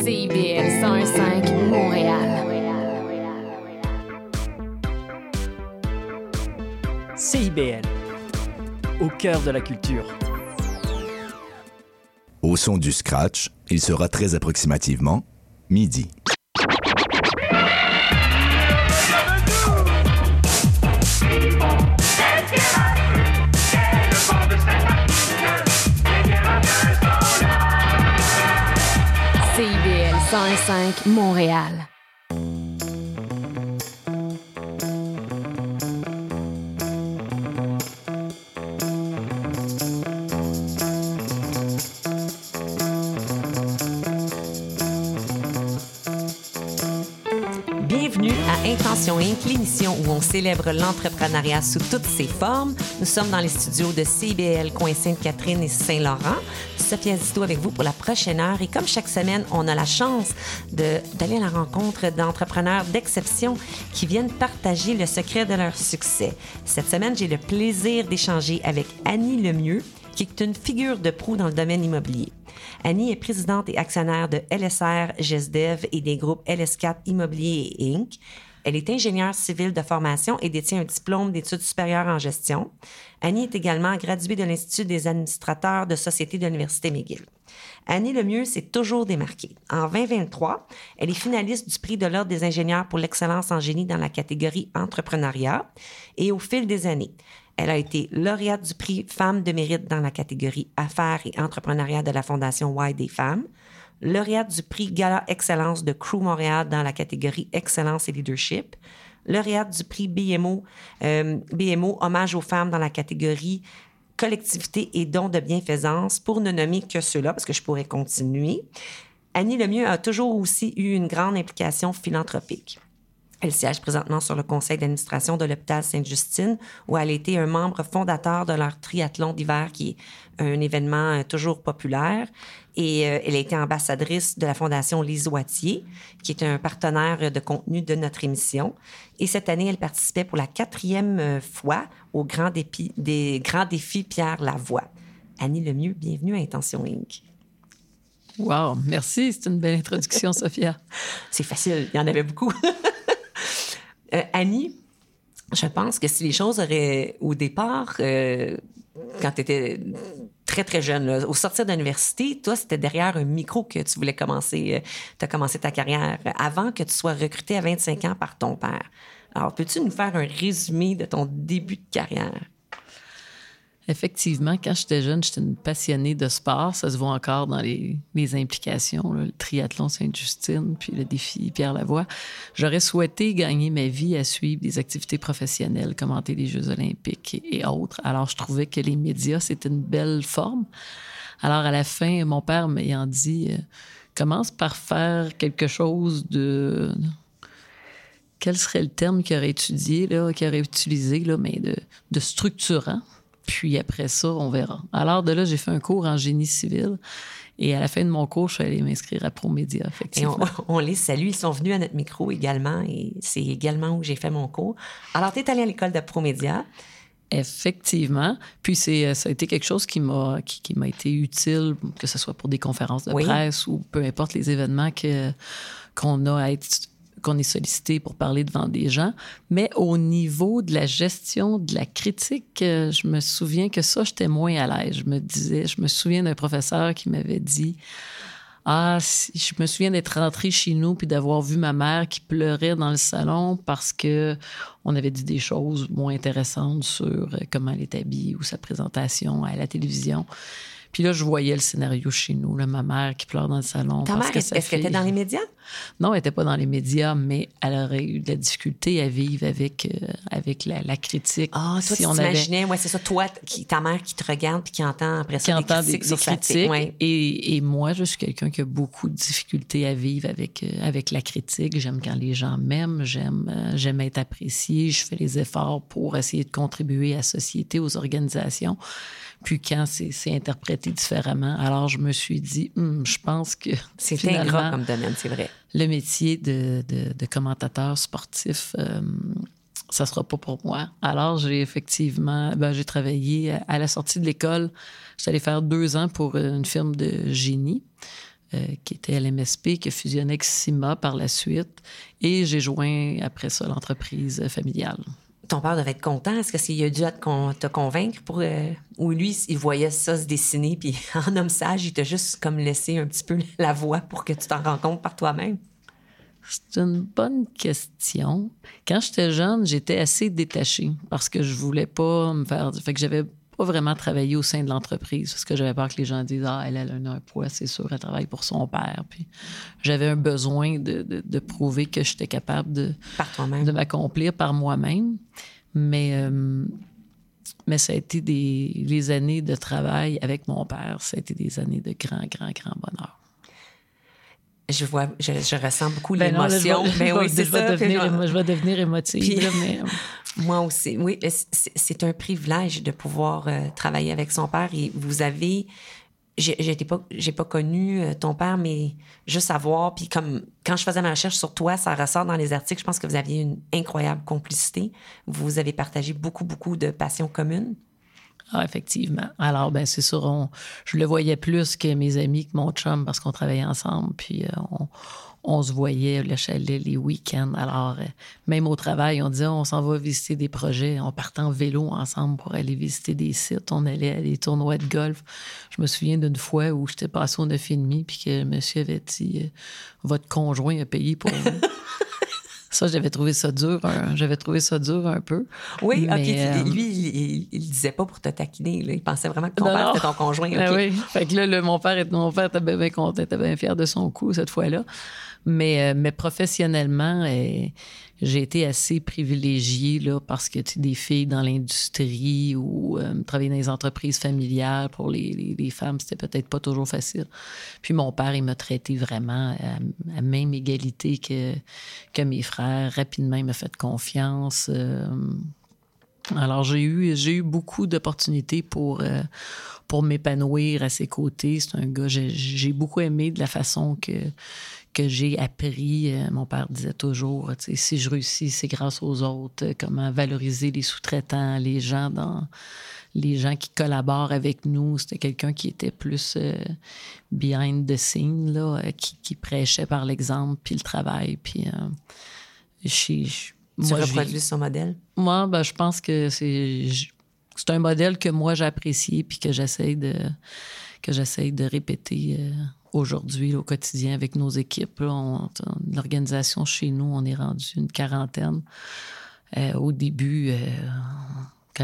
CIBL 101.5 Montréal. CIBL, au cœur de la culture. Au son du scratch, il sera très approximativement midi. CIBL 101.5 Montréal. Bienvenue à Intention Inc., l'émission où on célèbre l'entrepreneuriat sous toutes ses formes. Nous sommes dans les studios de CIBL, coin Sainte-Catherine et Saint-Laurent. Sophia Zito avec vous pour la prochaine heure. Et comme chaque semaine, on a la chance d'aller à la rencontre d'entrepreneurs d'exception qui viennent partager le secret de leur succès. Cette semaine, j'ai le plaisir d'échanger avec Annie Lemieux, qui est une figure de proue dans le domaine immobilier. Annie est présidente et actionnaire de LSR GESDEV et des groupes LS4 Immobilier et Inc. Elle est ingénieure civile de formation et détient un diplôme d'études supérieures en gestion. Annie est également graduée de l'Institut des administrateurs de société de l'Université McGill. Annie Lemieux s'est toujours démarquée. En 2023, elle est finaliste du prix de l'Ordre des ingénieurs pour l'excellence en génie dans la catégorie entrepreneuriat. Et au fil des années, elle a été lauréate du prix Femmes de mérite dans la catégorie Affaires et entrepreneuriat de la Fondation Why des femmes, lauréate du prix Gala Excellence de Crew Montréal dans la catégorie Excellence et Leadership, lauréate du prix BMO Hommage aux femmes dans la catégorie Collectivité et dons de bienfaisance, pour ne nommer que ceux-là, parce que je pourrais continuer. Annie Lemieux a toujours aussi eu une grande implication philanthropique. Elle siège présentement sur le conseil d'administration de l'hôpital Sainte-Justine, où elle a été un membre fondateur de leur triathlon d'hiver, qui est un événement toujours populaire. Et elle a été ambassadrice de la Fondation Lise Wattier, qui est un partenaire de contenu de notre émission. Et cette année, elle participait pour la 4e fois au Grand Défi Pierre Lavoie. Annie Lemieux, bienvenue à Intention Inc. Wow, merci. C'est une belle introduction, Sophia. C'est facile, il y en avait beaucoup. Annie, je pense que si les choses auraient, au départ, quand tu étais très, très jeune, là, au sortir de l'université, toi, c'était derrière un micro que tu voulais commencer, t'as commencé ta carrière, avant que tu sois recrutée à 25 ans par ton père. Alors, peux-tu nous faire un résumé de ton début de carrière? Effectivement, quand j'étais jeune, j'étais une passionnée de sport. Ça se voit encore dans les implications, là, le triathlon Sainte-Justine, puis le défi Pierre Lavoie. J'aurais souhaité gagner ma vie à suivre des activités professionnelles, commenter les Jeux olympiques et autres. Alors, je trouvais que les médias, c'était une belle forme. Alors, à la fin, mon père m'ayant dit « Commence par faire quelque chose de... » Quel serait le terme qu'il aurait étudié, là, qu'il aurait utilisé, là, mais de structurant. Puis après ça, on verra. Alors de là, j'ai fait un cours en génie civil. Et à la fin de mon cours, je suis allée m'inscrire à ProMédia, effectivement. Et on les salue. Ils sont venus à notre micro également. Et c'est également où j'ai fait mon cours. Alors, tu es allée à l'école de ProMédia. Effectivement. Puis ça a été quelque chose qui m'a été utile, que ce soit pour des conférences de presse ou peu importe les événements qu'on est sollicité pour parler devant des gens. Mais au niveau de la gestion, de la critique, je me souviens que ça, j'étais moins à l'aise. Je me souviens d'un professeur qui m'avait dit « je me souviens d'être rentrée chez nous puis d'avoir vu ma mère qui pleurait dans le salon parce que on avait dit des choses moins intéressantes sur comment elle est habillée ou sa présentation à la télévision. » Puis là, je voyais le scénario chez nous, là, ma mère qui pleure dans le salon. Ta mère, est-ce qu'elle était dans les médias? Non, elle n'était pas dans les médias, mais elle aurait eu de la difficulté à vivre avec la critique. Ah, toi, tu t'imaginais, c'est ça, toi, ta mère qui te regarde puis qui entend après ça des critiques. Ouais. Et moi, je suis quelqu'un qui a beaucoup de difficultés à vivre avec la critique. J'aime quand les gens m'aiment, j'aime être appréciée, je fais les efforts pour essayer de contribuer à la société, aux organisations. Puis quand c'est interprété différemment, alors je me suis dit, je pense que c'est ingrat comme domaine, c'est vrai. Le métier de commentateur sportif, ça sera pas pour moi. Alors j'ai effectivement, j'ai travaillé à la sortie de l'école. J'étais allée faire 2 ans pour une firme de génie. qui était à l'MSP, qui a fusionné avec Cima par la suite. Et j'ai joint, après ça, l'entreprise familiale. Ton père devait être content. Est-ce qu'il a dû te convaincre pour... ou lui, il voyait ça se dessiner, puis en homme sage, il t'a juste comme laissé un petit peu la voie pour que tu t'en rends compte par toi-même? C'est une bonne question. Quand j'étais jeune, j'étais assez détachée parce que je voulais pas me faire... Fait que j'avais pas vraiment travaillé au sein de l'entreprise parce que j'avais peur que les gens disent « Ah, elle a un poids, c'est sûr, elle travaille pour son père. » Puis j'avais un besoin de prouver que j'étais capable de m'accomplir par moi-même. Mais ça a été les années de travail avec mon père. Ça a été des années de grand, grand, grand bonheur. Je ressens beaucoup l'émotion. Je vais devenir émotive. Puis, là, mais... Moi aussi. Oui, c'est un privilège de pouvoir travailler avec son père. Et vous avez... J'ai pas connu ton père, mais juste savoir. Puis comme quand je faisais ma recherche sur toi, ça ressort dans les articles. Je pense que vous aviez une incroyable complicité. Vous avez partagé beaucoup, beaucoup de passions communes. Ah, effectivement. Alors, ben c'est sûr, je le voyais plus que mes amis, que mon chum, parce qu'on travaillait ensemble. Puis on se voyait le chalet les week-ends. Alors, même au travail, on disait, on s'en va visiter des projets. On partait en vélo ensemble pour aller visiter des sites. On allait à des tournois de golf. Je me souviens d'une fois où j'étais passé au 9,5 puis que le monsieur avait dit, votre conjoint a payé pour vous. Ça, j'avais trouvé ça dur un peu. Oui, mais, OK. Lui, il disait pas pour te taquiner. Là. Il pensait vraiment que ton père était ton conjoint. Okay. Oui. Fait que là, mon père était bien content, était bien fier de son coup cette fois-là. Mais professionnellement, j'ai été assez privilégiée là, parce que des filles dans l'industrie ou travailler dans les entreprises familiales, pour les femmes, c'était peut-être pas toujours facile. Puis mon père, il m'a traité vraiment à même égalité que mes frères. Rapidement, il m'a fait confiance. Alors, j'ai eu beaucoup d'opportunités pour m'épanouir à ses côtés. C'est un gars, j'ai beaucoup aimé de la façon que j'ai appris. Mon père disait toujours, si je réussis, c'est grâce aux autres. Comment valoriser les sous-traitants, les gens qui collaborent avec nous. C'était quelqu'un qui était plus behind the scene, là, qui prêchait par l'exemple, puis le travail. Puis tu reproduis son modèle? Moi, ben, je pense que c'est un modèle que moi, j'ai apprécié puis que j'essaye de répéter aujourd'hui, au quotidien, avec nos équipes. L'organisation chez nous, on est rendu une 40aine. Au début, quand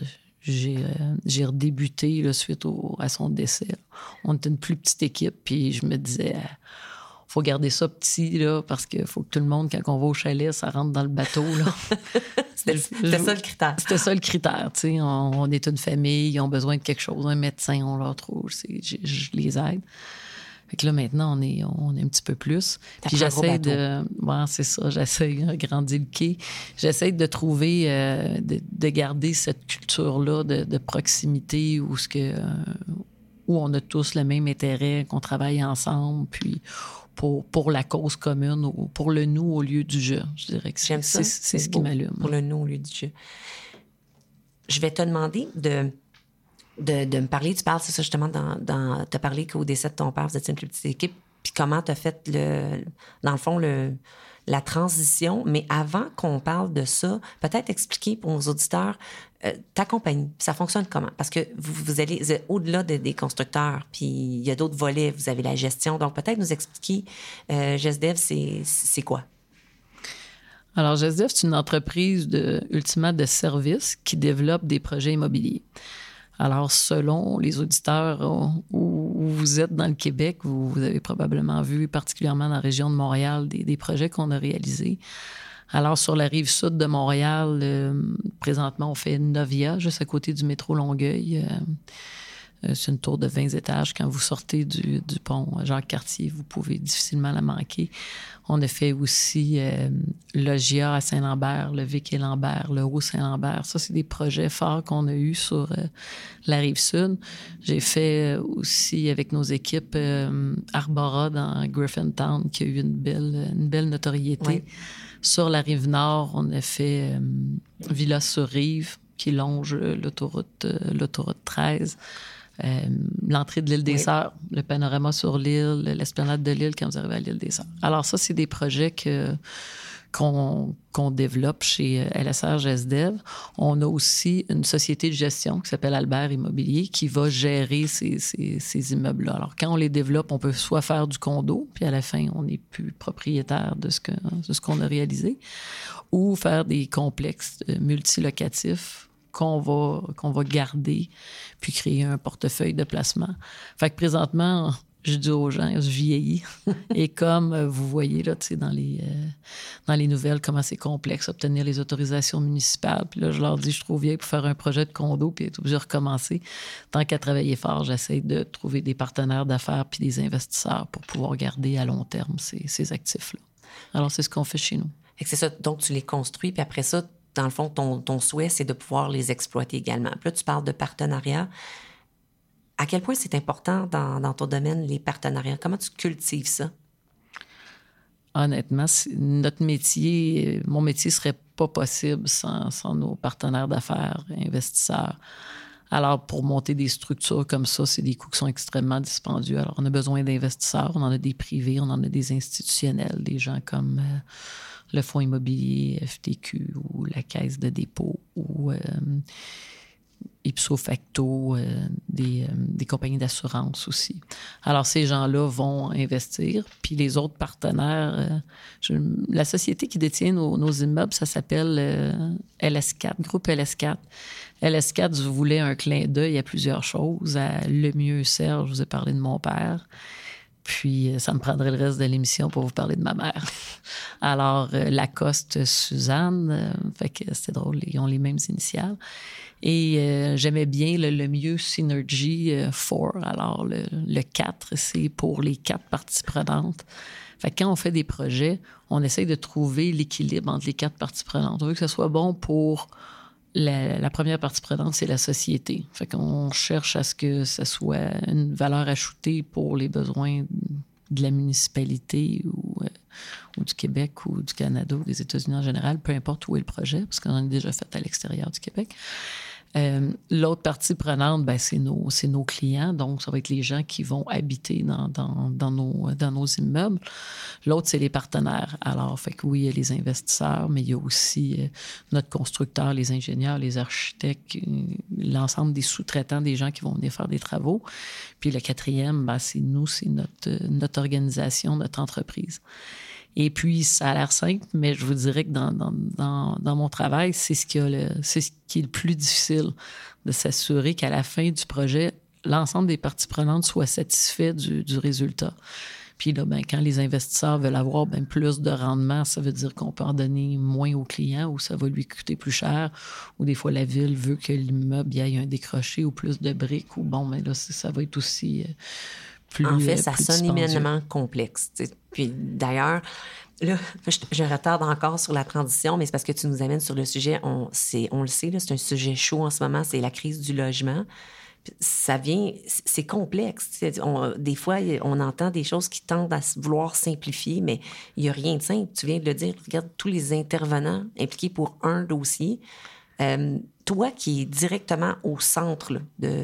j'ai redébuté là, suite à son décès, on était une plus petite équipe, puis je me disais... faut garder ça petit, là, parce qu'il faut que tout le monde, quand on va au chalet, ça rentre dans le bateau, là. C'était ça le critère. C'était ça le critère, tu sais. On est une famille, ils ont besoin de quelque chose, un médecin, on leur trouve, je les aide. Fait que là, maintenant, on est un petit peu plus. Puis j'essaie de... Ouais, c'est ça, j'essaie de grandir le quai. J'essaie de trouver, de garder cette culture-là de proximité où on a tous le même intérêt, qu'on travaille ensemble, puis pour la cause commune, ou pour le nous au lieu du je. Je dirais que c'est ce qui m'allume. Pour le nous au lieu du je. Je vais te demander de me parler. Tu parles, c'est ça justement, t'as parlé qu'au décès de ton père, vous étiez une plus petite équipe, puis comment t'as fait, dans le fond, la transition. Mais avant qu'on parle de ça, peut-être expliquer pour nos auditeurs ta compagnie, ça fonctionne comment? Parce que vous êtes au-delà des constructeurs, puis il y a d'autres volets, vous avez la gestion. Donc, peut-être nous expliquer, GESDEV, c'est quoi? Alors, GESDEV, c'est une entreprise ultimement de services qui développe des projets immobiliers. Alors, selon les auditeurs où vous êtes dans le Québec, vous avez probablement vu, particulièrement dans la région de Montréal, des projets qu'on a réalisés. Alors, sur la rive sud de Montréal, présentement, on fait Novia, juste à côté du métro Longueuil. C'est une tour de 20 étages. Quand vous sortez du pont Jacques-Cartier, vous pouvez difficilement la manquer. On a fait aussi Logia à Saint-Lambert, le Vic et Lambert, le Haut-Saint-Lambert. Ça, c'est des projets forts qu'on a eus sur la Rive-Sud. J'ai fait aussi avec nos équipes Arbora dans Griffintown, qui a eu une belle notoriété. Oui. Sur la Rive-Nord, on a fait Villa-sur-Rive, qui longe l'autoroute 13. l'entrée de l'île des Oui. Sœurs, le panorama sur l'île, l'esplanade de l'île quand vous arrivez à l'île des Sœurs. Alors ça, c'est des projets qu'on développe chez LSR GESDEV. On a aussi une société de gestion qui s'appelle Albert Immobilier qui va gérer ces immeubles-là. Alors, quand on les développe, on peut soit faire du condo, puis à la fin, on n'est plus propriétaire de ce qu'on a réalisé, ou faire des complexes multilocatifs qu'on va garder, puis créer un portefeuille de placement. Fait que présentement, je dis aux gens, je vieillis. Et comme vous voyez là, dans les nouvelles, comment c'est complexe obtenir les autorisations municipales. Puis là, je leur dis, je suis trop vieille pour faire un projet de condo puis être obligé de recommencer. Tant qu'à travailler fort, j'essaie de trouver des partenaires d'affaires puis des investisseurs pour pouvoir garder à long terme ces actifs-là. Alors, c'est ce qu'on fait chez nous. Fait que c'est ça. Donc, tu les construis, puis après ça, dans le fond, ton souhait, c'est de pouvoir les exploiter également. Puis là, tu parles de partenariat. À quel point c'est important dans ton domaine, les partenariats? Comment tu cultives ça? Honnêtement, notre métier, mon métier ne serait pas possible sans nos partenaires d'affaires, investisseurs. Alors, pour monter des structures comme ça, c'est des coûts qui sont extrêmement dispendieux. Alors, on a besoin d'investisseurs, on en a des privés, on en a des institutionnels, des gens comme le Fonds immobilier, FTQ ou la Caisse de dépôt ou ipso facto, des compagnies d'assurance aussi. Alors, ces gens-là vont investir. Puis les autres partenaires, la société qui détient nos immeubles, ça s'appelle LS4, groupe LS4. LS4, je voulais un clin d'œil à plusieurs choses. À Lemieux Serge, je vous ai parlé de mon père. Puis, ça me prendrait le reste de l'émission pour vous parler de ma mère. Alors, Lacoste, Suzanne, fait que c'était drôle, ils ont les mêmes initiales. Et j'aimais bien le mieux Synergy 4. Alors, le 4, c'est pour les 4 parties prenantes. Fait que quand on fait des projets, on essaye de trouver l'équilibre entre les 4 parties prenantes. On veut que ce soit bon pour la première partie prenante, c'est la société. Fait qu'on cherche à ce que ça soit une valeur ajoutée pour les besoins de la municipalité ou du Québec ou du Canada ou des États-Unis en général, peu importe où est le projet, parce qu'on en a déjà fait à l'extérieur du Québec. L'autre partie prenante, ben, c'est nos clients. Donc, ça va être les gens qui vont habiter dans nos immeubles. L'autre, c'est les partenaires. Alors, fait que oui, il y a les investisseurs, mais il y a aussi notre constructeur, les ingénieurs, les architectes, l'ensemble des sous-traitants, des gens qui vont venir faire des travaux. Puis le quatrième, ben, c'est nous, c'est notre organisation, notre entreprise. Et puis, ça a l'air simple, mais je vous dirais que dans mon travail, c'est ce qui est le plus difficile, de s'assurer qu'à la fin du projet, l'ensemble des parties prenantes soient satisfaits du résultat. Puis là, ben, quand les investisseurs veulent avoir plus de rendement, ça veut dire qu'on peut en donner moins au client ou ça va lui coûter plus cher. Ou des fois, la ville veut que l'immeuble y ait un décroché ou plus de briques. Ou bon, ben là, ça va être aussi... En fait, ça sonne immédiatement complexe. T'sais. Puis d'ailleurs, là, je retarde encore sur la transition, mais c'est parce que tu nous amènes sur le sujet. On le sait, là, c'est un sujet chaud en ce moment, c'est la crise du logement. Ça vient, c'est complexe. Des fois, on entend des choses qui tendent à vouloir simplifier, mais il n'y a rien de simple. Tu viens de le dire, regarde tous les intervenants impliqués pour un dossier. Toi qui es directement au centre là,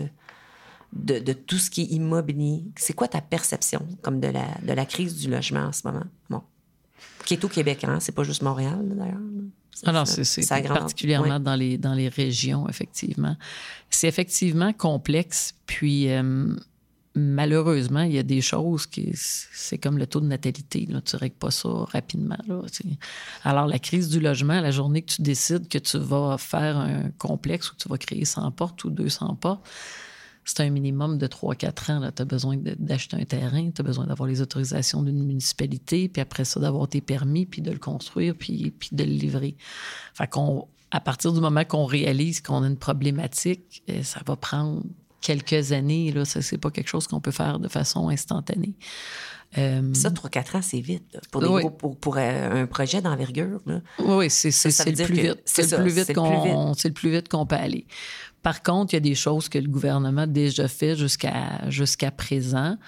de tout ce qui est immobilier. C'est quoi ta perception comme de la crise du logement en ce moment? Bon. Qui est au Québec, hein? C'est pas juste Montréal, d'ailleurs. Alors, c'est particulièrement dans les régions, effectivement. C'est effectivement complexe, puis malheureusement, il y a des choses qui... C'est comme le taux de natalité, là, tu ne règles pas ça rapidement. Là, alors, la crise du logement, la journée que tu décides que tu vas faire un complexe où tu vas créer 100 portes ou 200 portes, c'est un minimum de 3-4 ans. Tu as besoin d'acheter un terrain, tu as besoin d'avoir les autorisations d'une municipalité, puis après ça, d'avoir tes permis, puis de le construire, puis de le livrer. Fait à partir du moment qu'on réalise qu'on a une problématique, ça va prendre quelques années. Là. Ça, c'est pas quelque chose qu'on peut faire de façon instantanée. Ça, 3-4 ans, c'est vite. Là. Pour un projet d'envergure. Là. Oui, c'est le plus vite. C'est le plus vite qu'on peut aller. Par contre, il y a des choses que le gouvernement a déjà fait jusqu'à présent.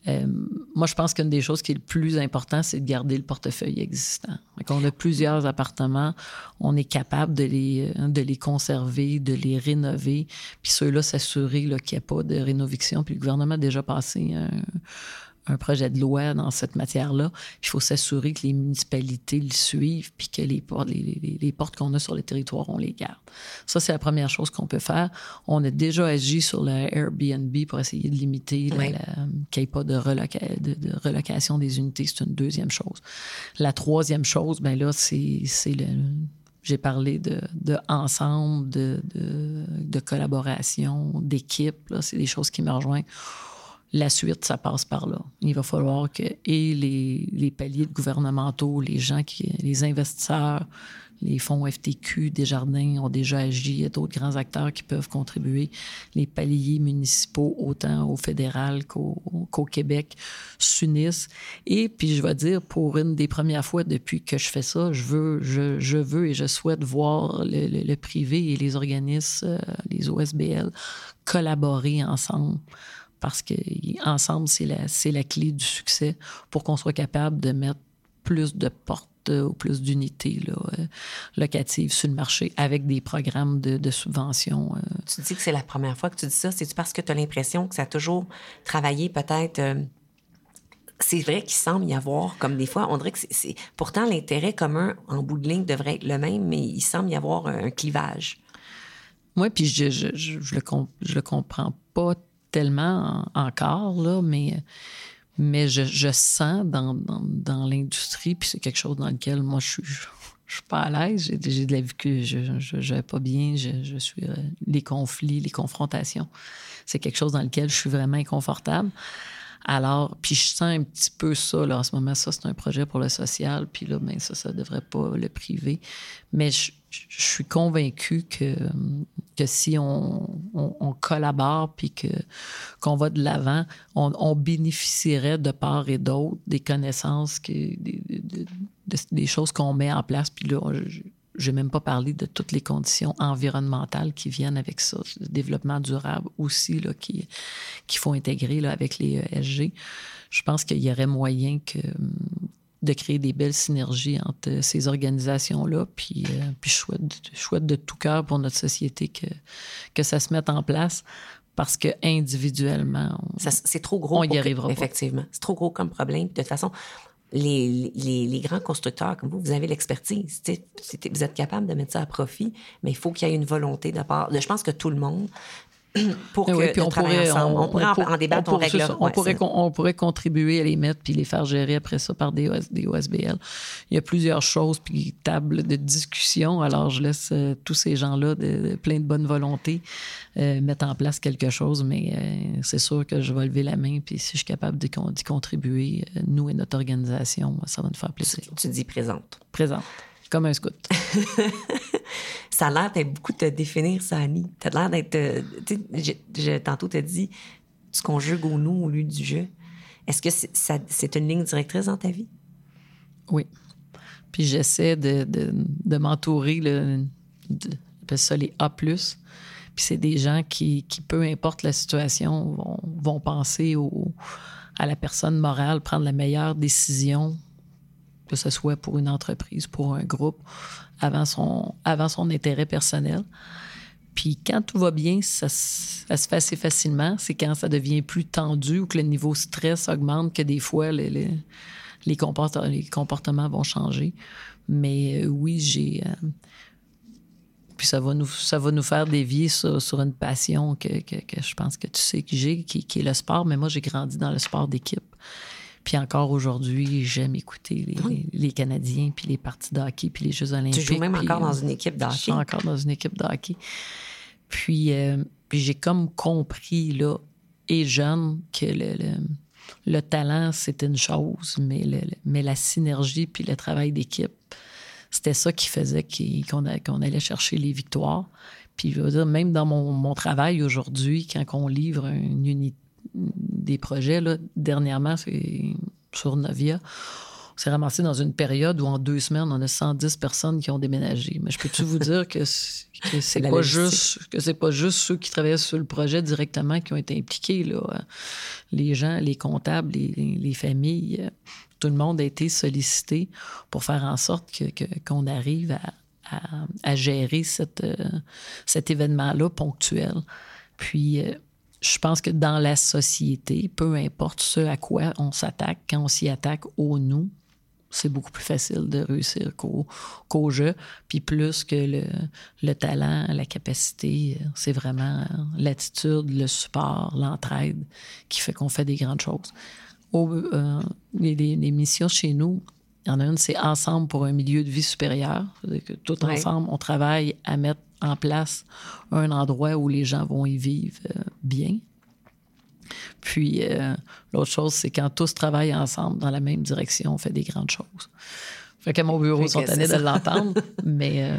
Moi, je pense qu'une des choses qui est le plus important, c'est de garder le portefeuille existant. Donc, on a plusieurs appartements, on est capable de les conserver, de les rénover, puis ceux-là, s'assurer là, qu'il n'y a pas de rénoviction. Puis le gouvernement a déjà passé un projet de loi dans cette matière-là. Il faut s'assurer que les municipalités le suivent puis que les portes qu'on a sur le territoire, on les garde. Ça, c'est la première chose qu'on peut faire. On a déjà agi sur le Airbnb pour essayer de limiter qu'il n'y ait pas de relocation des unités. C'est une deuxième chose. La troisième chose, bien là, c'est j'ai parlé de ensemble, de collaboration, d'équipe. Là, c'est des choses qui me rejoignent. La suite, ça passe par là. Il va falloir que les paliers gouvernementaux, les investisseurs, les fonds FTQ, Desjardins ont déjà agi. Il y a d'autres grands acteurs qui peuvent contribuer. Les paliers municipaux, autant au fédéral qu'au Québec, s'unissent. Et puis, je vais dire, pour une des premières fois depuis que je fais ça, je veux et je souhaite voir le privé et les organismes, les OSBL, collaborer ensemble. Parce qu'ensemble, c'est la clé du succès pour qu'on soit capable de mettre plus de portes ou plus d'unités locatives sur le marché avec des programmes de subvention. Tu dis que c'est la première fois que tu dis ça. C'est-tu parce que tu as l'impression que ça a toujours travaillé peut-être... C'est vrai qu'il semble y avoir, comme des fois, on dirait que c'est... Pourtant, l'intérêt commun, en bout de ligne, devrait être le même, mais il semble y avoir un clivage. Oui, puis je le comprends pas tellement encore, là, mais je sens dans l'industrie, puis c'est quelque chose dans lequel moi, je suis pas à l'aise. J'ai de la vie que je vais pas bien. Je suis... les conflits, les confrontations, c'est quelque chose dans lequel je suis vraiment inconfortable. Alors, puis je sens un petit peu ça, là, en ce moment, ça, c'est un projet pour le social, puis là, ben ça devrait pas le privé. Mais je suis convaincue que si on collabore puis qu'on va de l'avant, on bénéficierait de part et d'autre des connaissances, des choses qu'on met en place. Puis là, je n'ai même pas parlé de toutes les conditions environnementales qui viennent avec ça. Le développement durable aussi, là, qu'il faut intégrer là, avec les ESG. Je pense qu'il y aurait moyen de créer des belles synergies entre ces organisations-là. Puis je souhaite de tout cœur pour notre société que ça se mette en place. Parce que individuellement, c'est trop gros. On y arrivera pas. Effectivement. C'est trop gros comme problème. De toute façon, les grands constructeurs comme vous avez l'expertise. Vous êtes capable de mettre ça à profit, mais il faut qu'il y ait une volonté de part. Je pense que tout le monde, pour que puis on pourrait en débattre, on pourrait contribuer à les mettre puis les faire gérer après ça par des OSBL. Il y a plusieurs choses, puis tables de discussion. Alors, je laisse tous ces gens-là, plein de bonne volonté, mettre en place quelque chose, mais c'est sûr que je vais lever la main, puis si je suis capable d'y contribuer, nous et notre organisation, ça va nous faire plaisir. Tu dis présente. Présente, comme un scout. Ça a l'air d'être beaucoup de te définir, ça, Annie. Tu as l'air d'être... Tantôt, tu as dit, tu conjugues au nous au lieu du je. Est-ce que c'est une ligne directrice dans ta vie? Oui. Puis j'essaie de m'entourer, appelle ça les A+. Puis c'est des gens qui, peu importe la situation, vont penser à la personne morale, prendre la meilleure décision, que ce soit pour une entreprise, pour un groupe, avant son intérêt personnel. Puis quand tout va bien, ça se fait assez facilement. C'est quand ça devient plus tendu ou que le niveau stress augmente que des fois, les comportements vont changer. Mais oui, puis ça va nous faire dévier sur une passion que je pense que tu sais que j'ai, qui est le sport. Mais moi, j'ai grandi dans le sport d'équipe. Puis encore aujourd'hui, j'aime écouter les Canadiens, puis les parties de hockey, puis les Jeux olympiques. Tu joues même encore dans une équipe de hockey? Je suis encore dans une équipe de hockey. Puis j'ai comme compris, là, et jeune, que le talent, c'est une chose, mais la synergie puis le travail d'équipe, c'était ça qui faisait qu'on allait chercher les victoires. Puis je veux dire, même dans mon travail aujourd'hui, quand on livre une unité, des projets, là, dernièrement, c'est sur Novia, s'est ramassé dans une période où en 2 semaines, on a 110 personnes qui ont déménagé. Mais je peux-tu vous dire que c'est pas juste ceux qui travaillaient sur le projet directement qui ont été impliqués, là. Les gens, les comptables, les familles, tout le monde a été sollicité pour faire en sorte qu'on arrive à gérer cet événement-là ponctuel. Puis, je pense que dans la société, peu importe ce à quoi on s'attaque, quand on s'y attaque au nous, c'est beaucoup plus facile de réussir qu'au jeu. Puis plus que le talent, la capacité, c'est vraiment l'attitude, le support, l'entraide qui fait qu'on fait des grandes choses. Les missions chez nous, il y en a une, c'est Ensemble pour un milieu de vie supérieur. C'est-à-dire que tout ensemble, on travaille à mettre en place un endroit où les gens vont y vivre bien. Puis, l'autre chose, c'est quand tous travaillent ensemble dans la même direction, on fait des grandes choses. Fait qu'à mon bureau, ils sont tannés de l'entendre, mais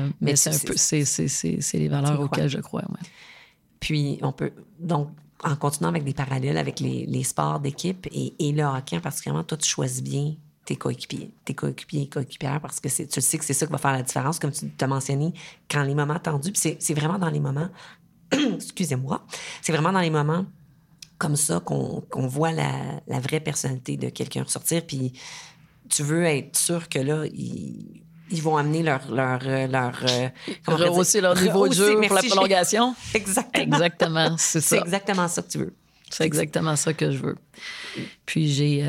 c'est les valeurs auxquelles je crois. Ouais. Puis, on peut... Donc, en continuant avec des parallèles avec les sports d'équipe et le hockey, particulièrement, toi, tu choisis bien tes coéquipiers et coéquipières parce que tu sais que c'est ça qui va faire la différence, comme tu t'as mentionné, quand les moments tendus. Puis c'est vraiment dans les moments... Excusez-moi. C'est vraiment dans les moments comme ça qu'on voit la vraie personnalité de quelqu'un ressortir. Puis tu veux être sûr que là, ils vont amener leur rehausser leur niveau de jeu pour la prolongation. Exactement. C'est ça. C'est exactement ça que tu veux. C'est exactement ça que je veux. Puis j'ai...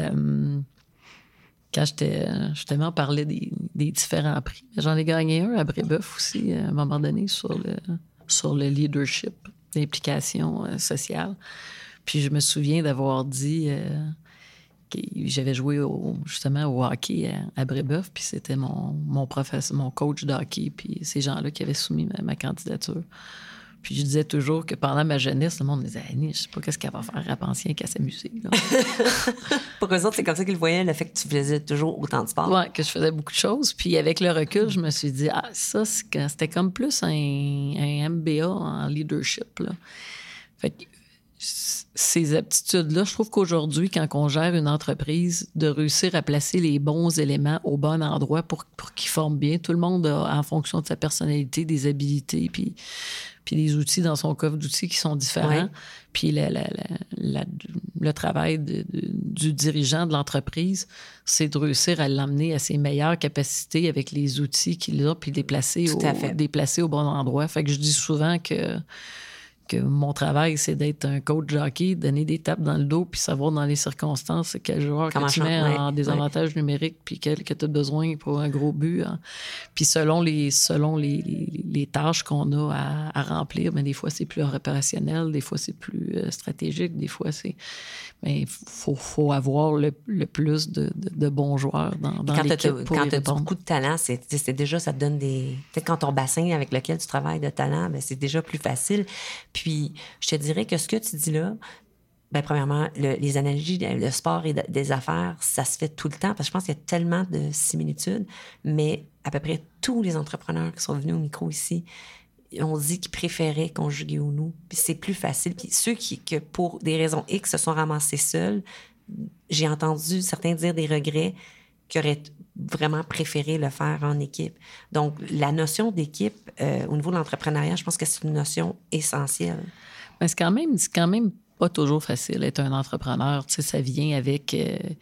quand justement, on parlait des différents prix. J'en ai gagné un à Brébeuf aussi, à un moment donné, sur le leadership, l'implication sociale. Puis je me souviens d'avoir dit que j'avais joué justement au hockey à Brébeuf, puis c'était mon professeur, mon coach de hockey, puis ces gens-là qui avaient soumis ma candidature. Puis je disais toujours que pendant ma jeunesse, le monde me disait « Annie, je sais pas qu'est-ce qu'elle va faire à penser qu'à s'amuser. » Pour eux autres, c'est comme ça qu'ils voyaient, le fait que tu faisais toujours autant de sport. Oui, que je faisais beaucoup de choses. Puis avec le recul, je me suis dit « Ah, ça, c'était comme plus un MBA en leadership. » là. Fait que ces aptitudes-là, je trouve qu'aujourd'hui, quand on gère une entreprise, de réussir à placer les bons éléments au bon endroit pour qu'ils forment bien, tout le monde a, en fonction de sa personnalité, des habilités, puis des outils dans son coffre d'outils qui sont différents. Oui. Puis le travail du dirigeant de l'entreprise, c'est de réussir à l'emmener à ses meilleures capacités avec les outils qu'il a, puis les placer au bon endroit. Fait que je dis souvent que mon travail, c'est d'être un coach de hockey, donner des tapes dans le dos, puis savoir dans les circonstances quel joueur que tu mets en désavantage numérique, puis quel que tu as besoin pour un gros but. Hein. Puis selon les tâches qu'on a à remplir, bien, des fois, c'est plus opérationnel, des fois, c'est plus stratégique, des fois, c'est... Mais il faut avoir le plus de bons joueurs dans l'équipe pour quand y répondre. Beaucoup de talent, c'est déjà, ça te donne des... Peut-être quand ton bassin avec lequel tu travailles de talent, bien, c'est déjà plus facile. Puis, je te dirais que ce que tu dis là, bien, premièrement, les analogies, le sport et des affaires, ça se fait tout le temps, parce que je pense qu'il y a tellement de similitudes, mais à peu près tous les entrepreneurs qui sont venus au micro ici ont dit qu'ils préféraient conjuguer au nous, puis c'est plus facile. Puis ceux que pour des raisons X se sont ramassés seuls, j'ai entendu certains dire des regrets qui auraient vraiment préféré le faire en équipe. Donc, la notion d'équipe au niveau de l'entrepreneuriat, je pense que c'est une notion essentielle. Mais c'est quand même pas toujours facile d'être un entrepreneur. Tu sais, ça vient avec...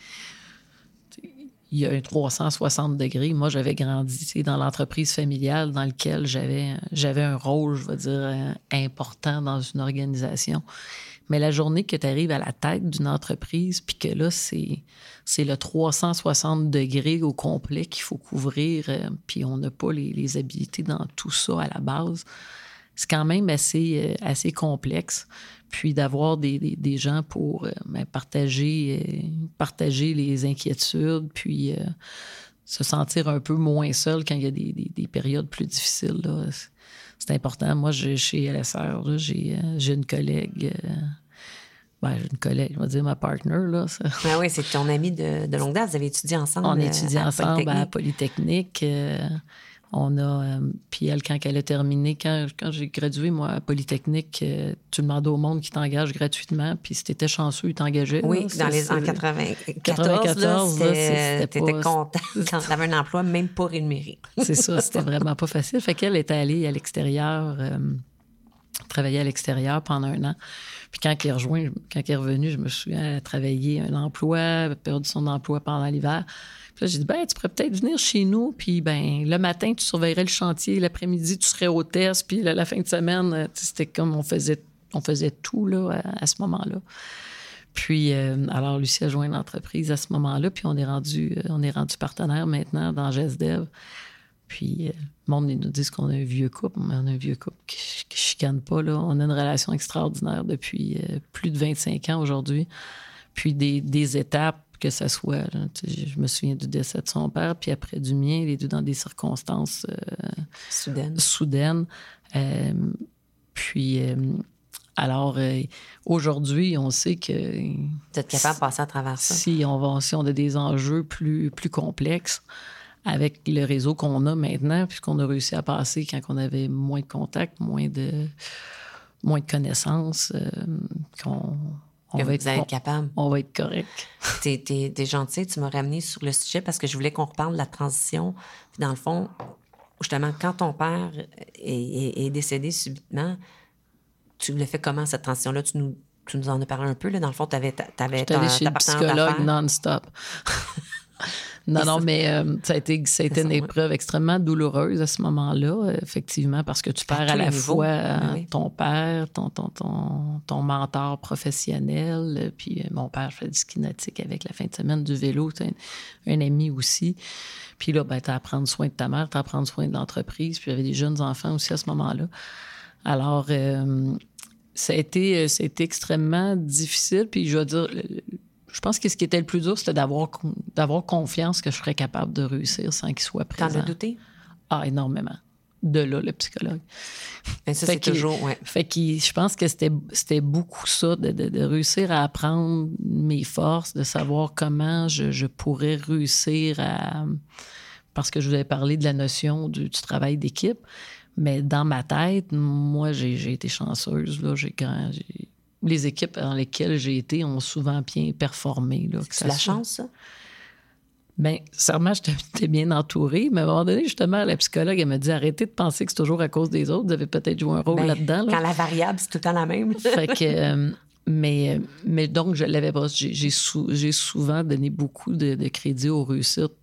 il y a un 360 degrés. Moi, j'avais grandi dans l'entreprise familiale dans laquelle j'avais un rôle, je vais dire, important dans une organisation. Mais la journée que tu arrives à la tête d'une entreprise, puis que là, c'est le 360 degrés au complet qu'il faut couvrir, puis on n'a pas les habilités dans tout ça à la base, c'est quand même assez complexe. Puis d'avoir des gens pour partager les inquiétudes, puis se sentir un peu moins seul quand il y a des périodes plus difficiles. Là. C'est important. Moi, chez LSR, là, j'ai une collègue... j'ai une collègue, je vais dire ma partner, là. Ah oui, c'est ton amie de longue date. Vous avez étudié ensemble. On étudie ensemble à Polytechnique. Puis elle, quand elle a terminé, quand j'ai gradué, moi, à Polytechnique, tu demandais au monde qui t'engage gratuitement, puis si t'étais chanceux, ils t'engageaient. Oui, en 94, t'étais content quand t'avais un emploi, même pas rémunéré. C'est ça, c'était vraiment pas facile. Fait qu'elle était allée à l'extérieur, travailler à l'extérieur pendant 1 an. Puis quand elle est revenu, je me souviens, elle a travaillé un emploi, elle a perdu son emploi pendant l'hiver. Puis là, j'ai dit, tu pourrais peut-être venir chez nous, puis le matin, tu surveillerais le chantier, l'après-midi, tu serais hôtesse, puis la fin de semaine, c'était comme on faisait tout là, à ce moment-là. Puis, alors, Lucie a joint l'entreprise à ce moment-là, puis on est rendu partenaire maintenant dans GESDEV. Puis, le monde, ils nous disent qu'on a un vieux couple, mais on a un vieux couple qui chicane pas, là. On a une relation extraordinaire depuis plus de 25 ans aujourd'hui. Puis, des étapes, que ça soit, là, je me souviens du décès de son père, puis après du mien, les deux dans des circonstances soudaines. Alors, aujourd'hui, on sait que... Vous êtes capable de passer à travers ça. Si on a des enjeux plus complexes, avec le réseau qu'on a maintenant, puisqu'on a réussi à passer quand on avait moins de contacts, moins de connaissances, vous allez être capable. On va être correct. T'es gentil, tu m'as ramené sur le sujet parce que je voulais qu'on reparle de la transition. Puis dans le fond, justement, quand ton père est décédé subitement, tu l'as fait comment, cette transition-là? Tu nous en as parlé un peu, là. Dans le fond, t'avais J'étais allée chez le psychologue non-stop. Non, mais ça a été une épreuve extrêmement douloureuse à ce moment-là, effectivement, parce que tu perds à la fois ton père, ton mentor professionnel, puis mon père fait du ski nautique avec la fin de semaine, du vélo, un ami aussi. Puis là, tu as à prendre soin de ta mère, tu as à prendre soin de l'entreprise, puis il y avait des jeunes enfants aussi à ce moment-là. Alors, ça a été extrêmement difficile, puis je dois dire... Je pense que ce qui était le plus dur, c'était d'avoir confiance que je serais capable de réussir sans qu'il soit présent. T'en as douté? Ah, énormément. De là, le psychologue. Mais ça, c'est toujours... Ouais. Fait que je pense que c'était beaucoup ça, de réussir à apprendre mes forces, de savoir comment je pourrais réussir à... Parce que je vous avais parlé de la notion du travail d'équipe, mais dans ma tête, moi, j'ai été chanceuse. Là, les équipes dans lesquelles j'ai été ont souvent bien performé. C'est la chance, ça? Bien, sincèrement, j'étais bien entourée, mais à un moment donné, justement, la psychologue, elle m'a dit « Arrêtez de penser que c'est toujours à cause des autres. Vous avez peut-être joué un rôle là-dedans. » Quand la variable, c'est tout le temps la même. Fait que... mais donc, je l'avais pas. J'ai souvent donné beaucoup de crédit aux réussites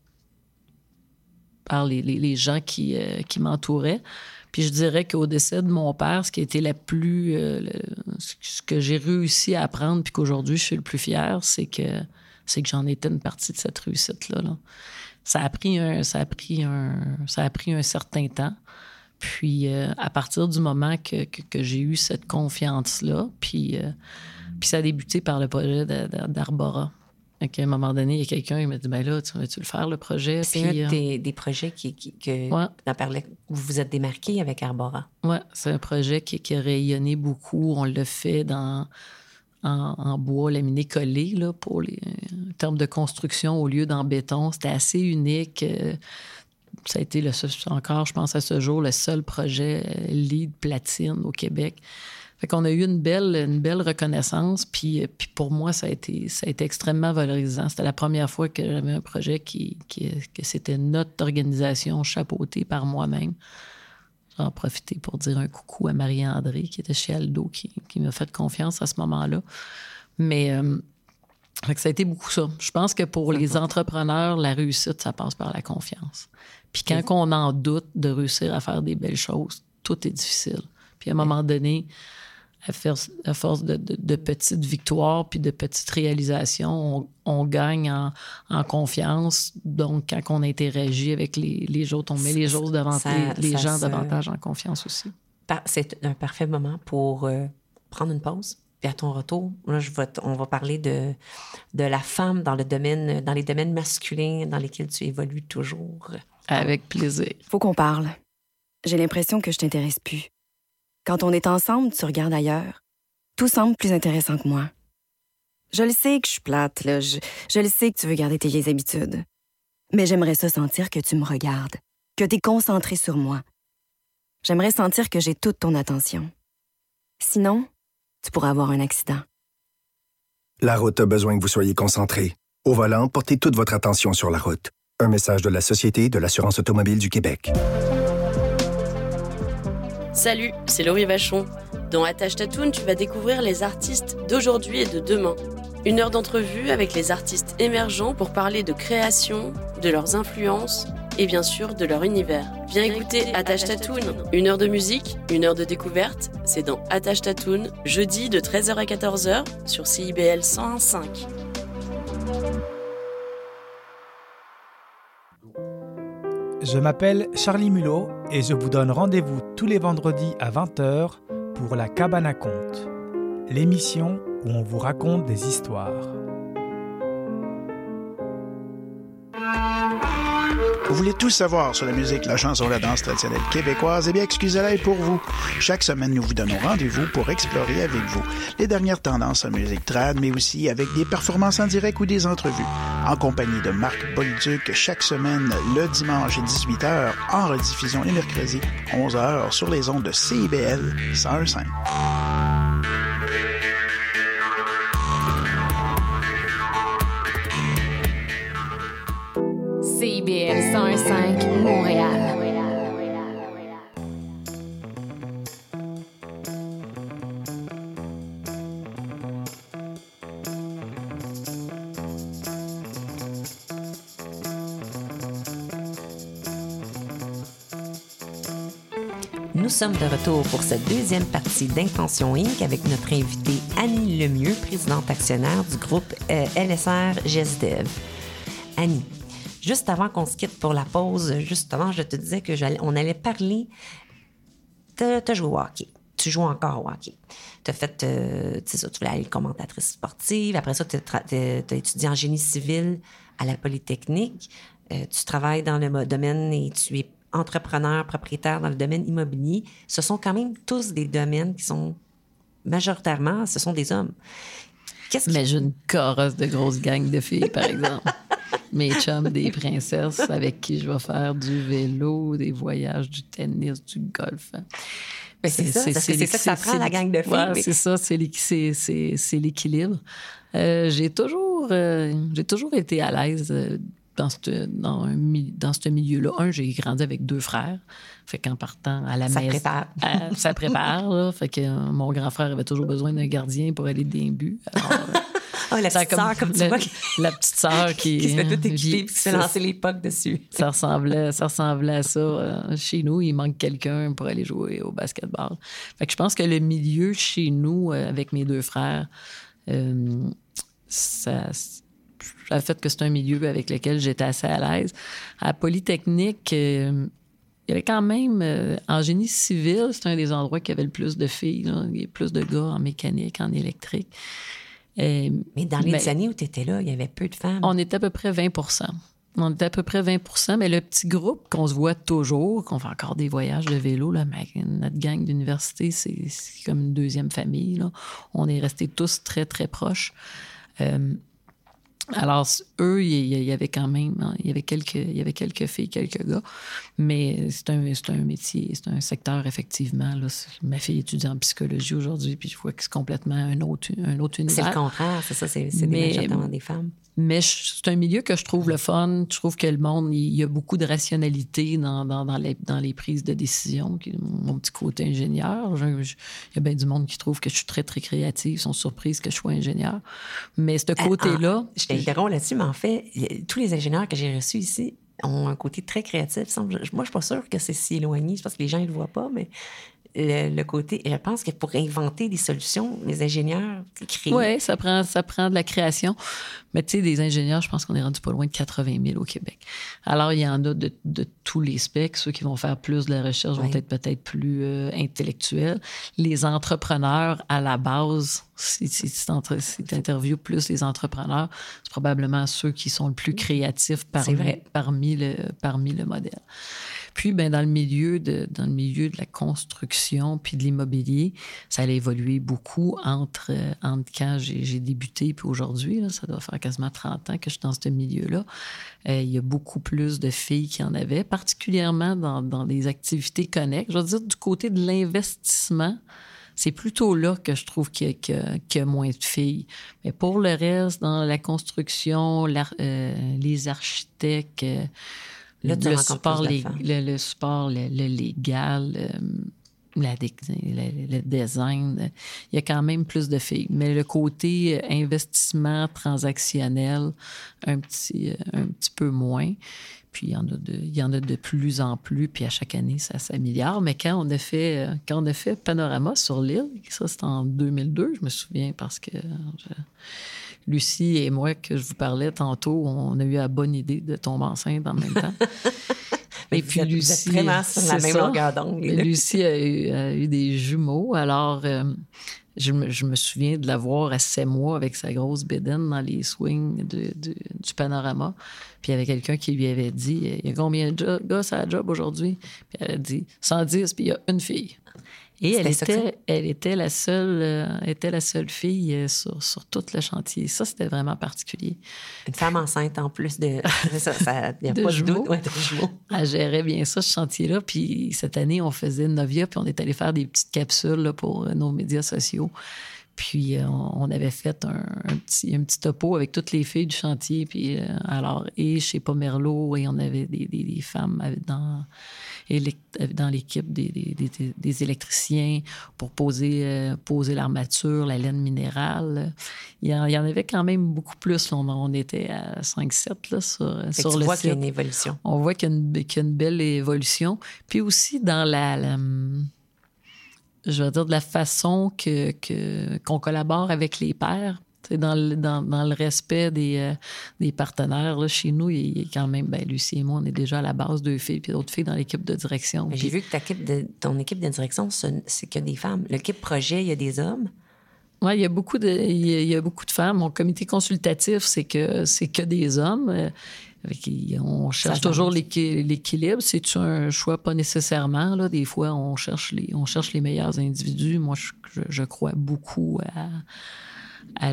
par les gens qui m'entouraient. Puis je dirais qu'au décès de mon père, ce qui a été ce que j'ai réussi à apprendre, puis qu'aujourd'hui je suis le plus fier, c'est que j'en étais une partie de cette réussite-là. Là. Ça a pris un certain temps. Puis à partir du moment que j'ai eu cette confiance-là, puis ça a débuté par le projet d'Arbora. À un moment donné, il y a quelqu'un qui m'a dit, là, tu veux-tu le faire, le projet? C'est un des projets où vous vous êtes démarqué avec Arbora. Oui, c'est un projet qui a rayonné beaucoup. On l'a fait en bois laminé collé, là, pour en termes de construction au lieu d'en béton. C'était assez unique. Ça a été encore, je pense, à ce jour, le seul projet LEED platine au Québec. Fait qu'on a eu une belle reconnaissance, puis pour moi, ça a été extrêmement valorisant. C'était la première fois que j'avais un projet que c'était notre organisation chapeautée par moi-même. J'en profité pour dire un coucou à Marie-André, qui était chez Aldo, qui m'a fait confiance à ce moment-là. Mais fait que ça a été beaucoup ça. Je pense que pour les entrepreneurs, la réussite, ça passe par la confiance. Puis quand on en doute de réussir à faire des belles choses, tout est difficile. Puis à un moment donné... À force de petites victoires puis de petites réalisations, on gagne en confiance. Donc, quand on interagit avec les autres, on met les gens davantage en confiance aussi. C'est un parfait moment pour prendre une pause. Puis à ton retour, là, on va parler de la femme dans les domaines masculins dans lesquels tu évolues toujours. Avec plaisir. Faut qu'on parle. J'ai l'impression que je t'intéresse plus. Quand on est ensemble, tu regardes ailleurs. Tout semble plus intéressant que moi. Je le sais que je suis plate, là. Je le sais que tu veux garder tes vieilles habitudes. Mais j'aimerais ça sentir que tu me regardes. que tu es concentré sur moi. J'aimerais sentir que j'ai toute ton attention. Sinon, tu pourrais avoir un accident. La route a besoin que vous soyez concentré. Au volant, portez toute votre attention sur la route. Un message de la Société de l'assurance automobile du Québec. Salut, c'est Laurie Vachon. Dans Attache Tatoune, tu vas découvrir les artistes d'aujourd'hui et de demain. 1 heure d'entrevue avec les artistes émergents pour parler de création, de leurs influences et bien sûr de leur univers. Viens écouter Attache Tatoune. 1 heure de musique, 1 heure de découverte. C'est dans Attache Tatoune, jeudi de 13h à 14h sur CIBL 101.5. Je m'appelle Charlie Mulot et je vous donne rendez-vous tous les vendredis à 20h pour La Cabane à Contes, l'émission où on vous raconte des histoires. Vous voulez tout savoir sur la musique, la chanson, la danse traditionnelle québécoise? Eh bien, excusez-la est pour vous. Chaque semaine, nous vous donnons rendez-vous pour explorer avec vous les dernières tendances en musique trad, mais aussi avec des performances en direct ou des entrevues. En compagnie de Marc Bolduc, chaque semaine, le dimanche 18h, en rediffusion les mercredis 11h sur les ondes de CIBL 101.5. CIBL 101.5 Montréal. Nous sommes de retour pour cette deuxième partie d'Intention Inc. avec notre invitée Annie Lemieux, présidente actionnaire du groupe LSR GESDEV. Annie, juste avant qu'on se quitte pour la pause, justement, je te disais qu'on allait parler. T'as joué au hockey. Tu joues encore au hockey. T'as fait, tu voulais aller commentatrice sportive. Après ça, t'as étudié en génie civil à la Polytechnique. Tu travailles dans le domaine et tu es entrepreneur, propriétaire dans le domaine immobilier. Ce sont quand même tous des domaines qui sont majoritairement, ce sont des hommes. Mais j'ai une chorus de grosses gangs de filles, par exemple. Mes chums, des princesses avec qui je vais faire du vélo, des voyages, du tennis, du golf. Mais c'est ça que ça prend, la gang de filles. Ouais, c'est ça, c'est l'équilibre. J'ai toujours été à l'aise dans ce milieu-là. J'ai grandi avec 2 frères. Fait qu'en partant à la maison... Ça prépare, là. Fait que mon grand frère avait toujours besoin d'un gardien pour aller d'un but. Alors, la petite sœur, comme tu vois. La petite sœur qui se fait tout équiper et qui se fait lancer les pucks dessus. Ça ressemblait à ça. Chez nous, il manque quelqu'un pour aller jouer au basketball. Fait que je pense que le milieu chez nous, avec mes 2 frères, ça a fait que c'est un milieu avec lequel j'étais assez à l'aise. À Polytechnique, il y avait quand même... en génie civil, c'est un des endroits qui avait le plus de filles. Là. Il y a plus de gars en mécanique, en électrique. Mais dans les années où tu étais là, il y avait peu de femmes. On était à peu près 20 On était à peu près 20 mais le petit groupe qu'on se voit toujours, qu'on fait encore des voyages de vélo, là, notre gang d'université, c'est comme une deuxième famille. Là. On est restés tous très, très proches. Alors, eux, il y avait quand même... Il y avait quelques filles, quelques gars. Mais c'est un métier, c'est un secteur, effectivement. Là, ma fille étudie en psychologie aujourd'hui, puis je vois que c'est complètement un autre univers. C'est le contraire, c'est ça, c'est majoritairement des femmes. Mais c'est un milieu que je trouve le fun. Je trouve que le monde, il y a beaucoup de rationalité dans les prises de décision. Mon petit côté ingénieur. Il y a bien du monde qui trouve que je suis très, très créative. Ils sont surprises que je sois ingénieur. Mais ce côté-là... Je t'interromps là-dessus, mais en fait, tous les ingénieurs que j'ai reçus ici ont un côté très créatif. Moi, je suis pas sûre que c'est si éloigné. C'est parce que les gens ne le voient pas, mais... Le côté, je pense que pour inventer des solutions, les ingénieurs créent. Oui, ça prend de la création. Mais tu sais, des ingénieurs, je pense qu'on est rendu pas loin de 80 000 au Québec. Alors, il y en a de tous les specs. Ceux qui vont faire plus de la recherche vont être peut-être plus intellectuels. Les entrepreneurs, à la base, si tu interviews plus les entrepreneurs, c'est probablement ceux qui sont le plus créatifs parmi le modèle. Puis, ben, dans le milieu de la construction puis de l'immobilier, ça a évolué beaucoup entre quand j'ai débuté puis aujourd'hui. Là, ça doit faire quasiment 30 ans que je suis dans ce milieu-là. Il y a beaucoup plus de filles qui en avaient, particulièrement dans des activités connexes. Je veux dire, du côté de l'investissement, c'est plutôt là que je trouve qu'il y a moins de filles. Mais pour le reste, dans la construction, les architectes... Là, le support légal, le design, il y a quand même plus de filles. Mais le côté investissement transactionnel, un petit peu moins. Puis il y en a de plus en plus, puis à chaque année, ça s'améliore. Mais quand on a fait Panorama sur l'île, ça, c'était en 2002, je me souviens, parce que... Lucie et moi, que je vous parlais tantôt, on a eu la bonne idée de tomber enceinte en même temps. Et puis Lucie, vous êtes vraiment sur la même longueur d'onde. Lucie a eu des jumeaux. Alors, je me souviens de la voir à 7 mois avec sa grosse bédaine dans les swings du Panorama. Puis il y avait quelqu'un qui lui avait dit « Il y a combien de gars à la job aujourd'hui? » Puis elle a dit « 110, puis il y a une fille. » Et elle était la seule fille sur tout le chantier. Ça, c'était vraiment particulier. Une femme enceinte en plus de... ça il n'y a pas de doute. Ouais, de jumeaux. Elle gérait bien ça, ce chantier-là. Puis cette année, on faisait Novia, puis on est allé faire des petites capsules là, pour nos médias sociaux. Puis on avait fait un petit topo avec toutes les filles du chantier. Puis et chez Pomerleau, et on avait des femmes dans l'équipe des électriciens pour poser l'armature, la laine minérale. Il y en avait quand même beaucoup plus. On était à 5-7 là, sur le site. On voit qu'il y a une évolution. On voit qu'il y a une belle évolution. Puis aussi dans je veux dire, de la façon qu'on collabore avec les pairs, dans le respect des partenaires. Là, chez nous, il y a quand même, Lucie et moi, on est déjà à la base 2 filles, puis d'autres filles dans l'équipe de direction. J'ai vu que ton équipe de direction, c'est que des femmes. L'équipe projet, il y a des hommes. Oui, il y a beaucoup de femmes. Mon comité consultatif, c'est que des hommes. On cherche toujours l'équilibre. C'est un choix pas nécessairement. Là. Des fois, on cherche les meilleurs individus. Moi, je crois beaucoup à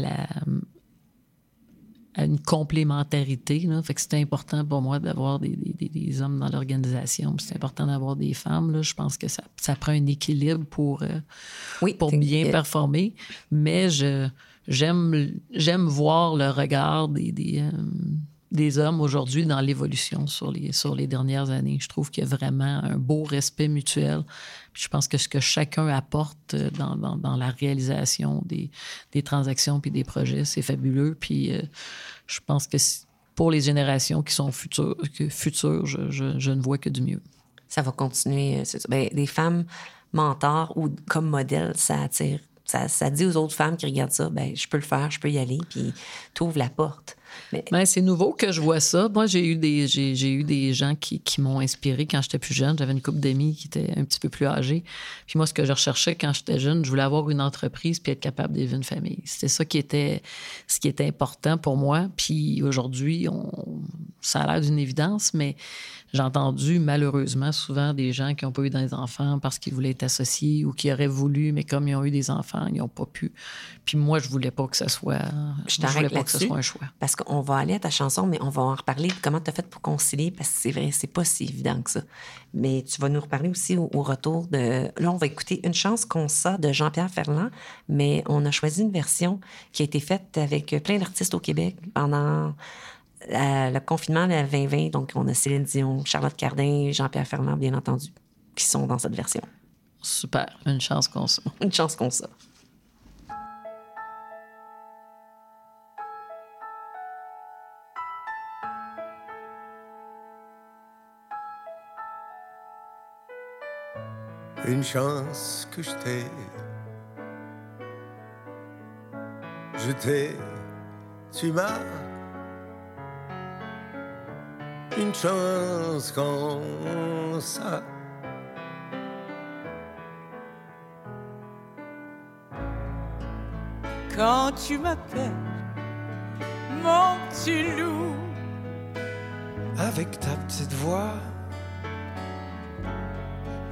une complémentarité. Là. Fait que c'est important pour moi d'avoir des hommes dans l'organisation. C'est important d'avoir des femmes. Là. Je pense que ça prend un équilibre pour bien performer. Mais j'aime voir le regard des hommes aujourd'hui dans l'évolution sur les dernières années. Je trouve qu'il y a vraiment un beau respect mutuel. Puis je pense que ce que chacun apporte dans la réalisation des transactions puis des projets, c'est fabuleux. Puis je pense que pour les générations qui sont futures, je ne vois que du mieux. Ça va continuer. Des femmes mentors ou comme modèles, ça attire. Ça dit aux autres femmes qui regardent ça, je peux le faire, je peux y aller, puis t'ouvres la porte. C'est nouveau que je vois ça. Moi, j'ai eu des gens qui m'ont inspiré quand j'étais plus jeune. J'avais une couple d'amis qui étaient un petit peu plus âgés. Puis moi, ce que je recherchais quand j'étais jeune, je voulais avoir une entreprise puis être capable d'élever une famille. C'était ça ce qui était important pour moi. Puis aujourd'hui, ça a l'air d'une évidence, mais j'ai entendu malheureusement souvent des gens qui n'ont pas eu des enfants parce qu'ils voulaient être associés ou qui auraient voulu, mais comme ils ont eu des enfants, ils n'ont pas pu. Puis moi, je voulais pas que ça soit un choix. Parce qu'on va aller à ta chanson, mais on va en reparler de comment tu as fait pour concilier, parce que c'est vrai, c'est pas si évident que ça. Mais tu vas nous reparler aussi au retour de... Là, on va écouter Une chance qu'on sort de Jean-Pierre Ferland, mais on a choisi une version qui a été faite avec plein d'artistes au Québec pendant le confinement de 2020. Donc, on a Céline Dion, Charlotte Cardin, Jean-Pierre Ferland, bien entendu, qui sont dans cette version. Super. Une chance qu'on sort. Une chance qu'on sort. Une chance que je t'ai, tu m'as. Une chance comme ça. Quand tu m'appelles, mon petit loup, avec ta petite voix,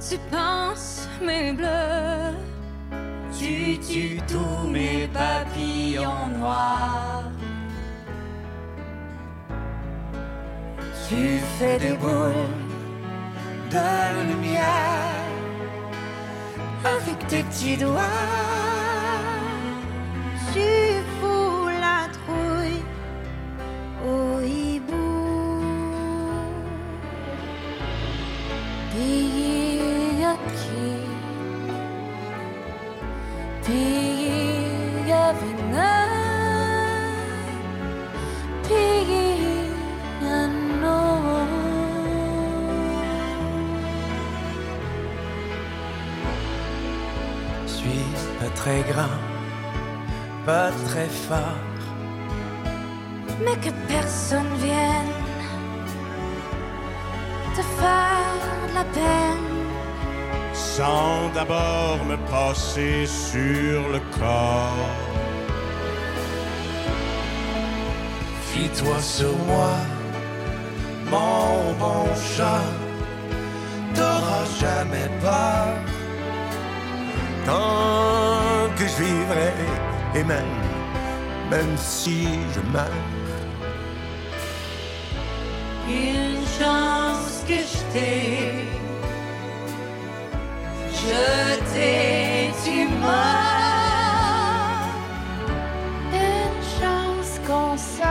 Tu penses mes bleus, tu tues tous mes papillons noirs. Tu fais des boules de lumière avec tes petits doigts. Tu fous la trouille au hibou. Pays à qui? Pays avec nous. Pays à nous. Je suis pas très grand, pas très fort, Mais que personne vienne te faire de la peine. Sans d'abord me passer sur le corps. Fie-toi sur moi, mon bon chat, t'auras jamais peur. Tant que je vivrai, et même si je meurs. Une chance que je t'ai, tu m'as. Une chance qu'on sort.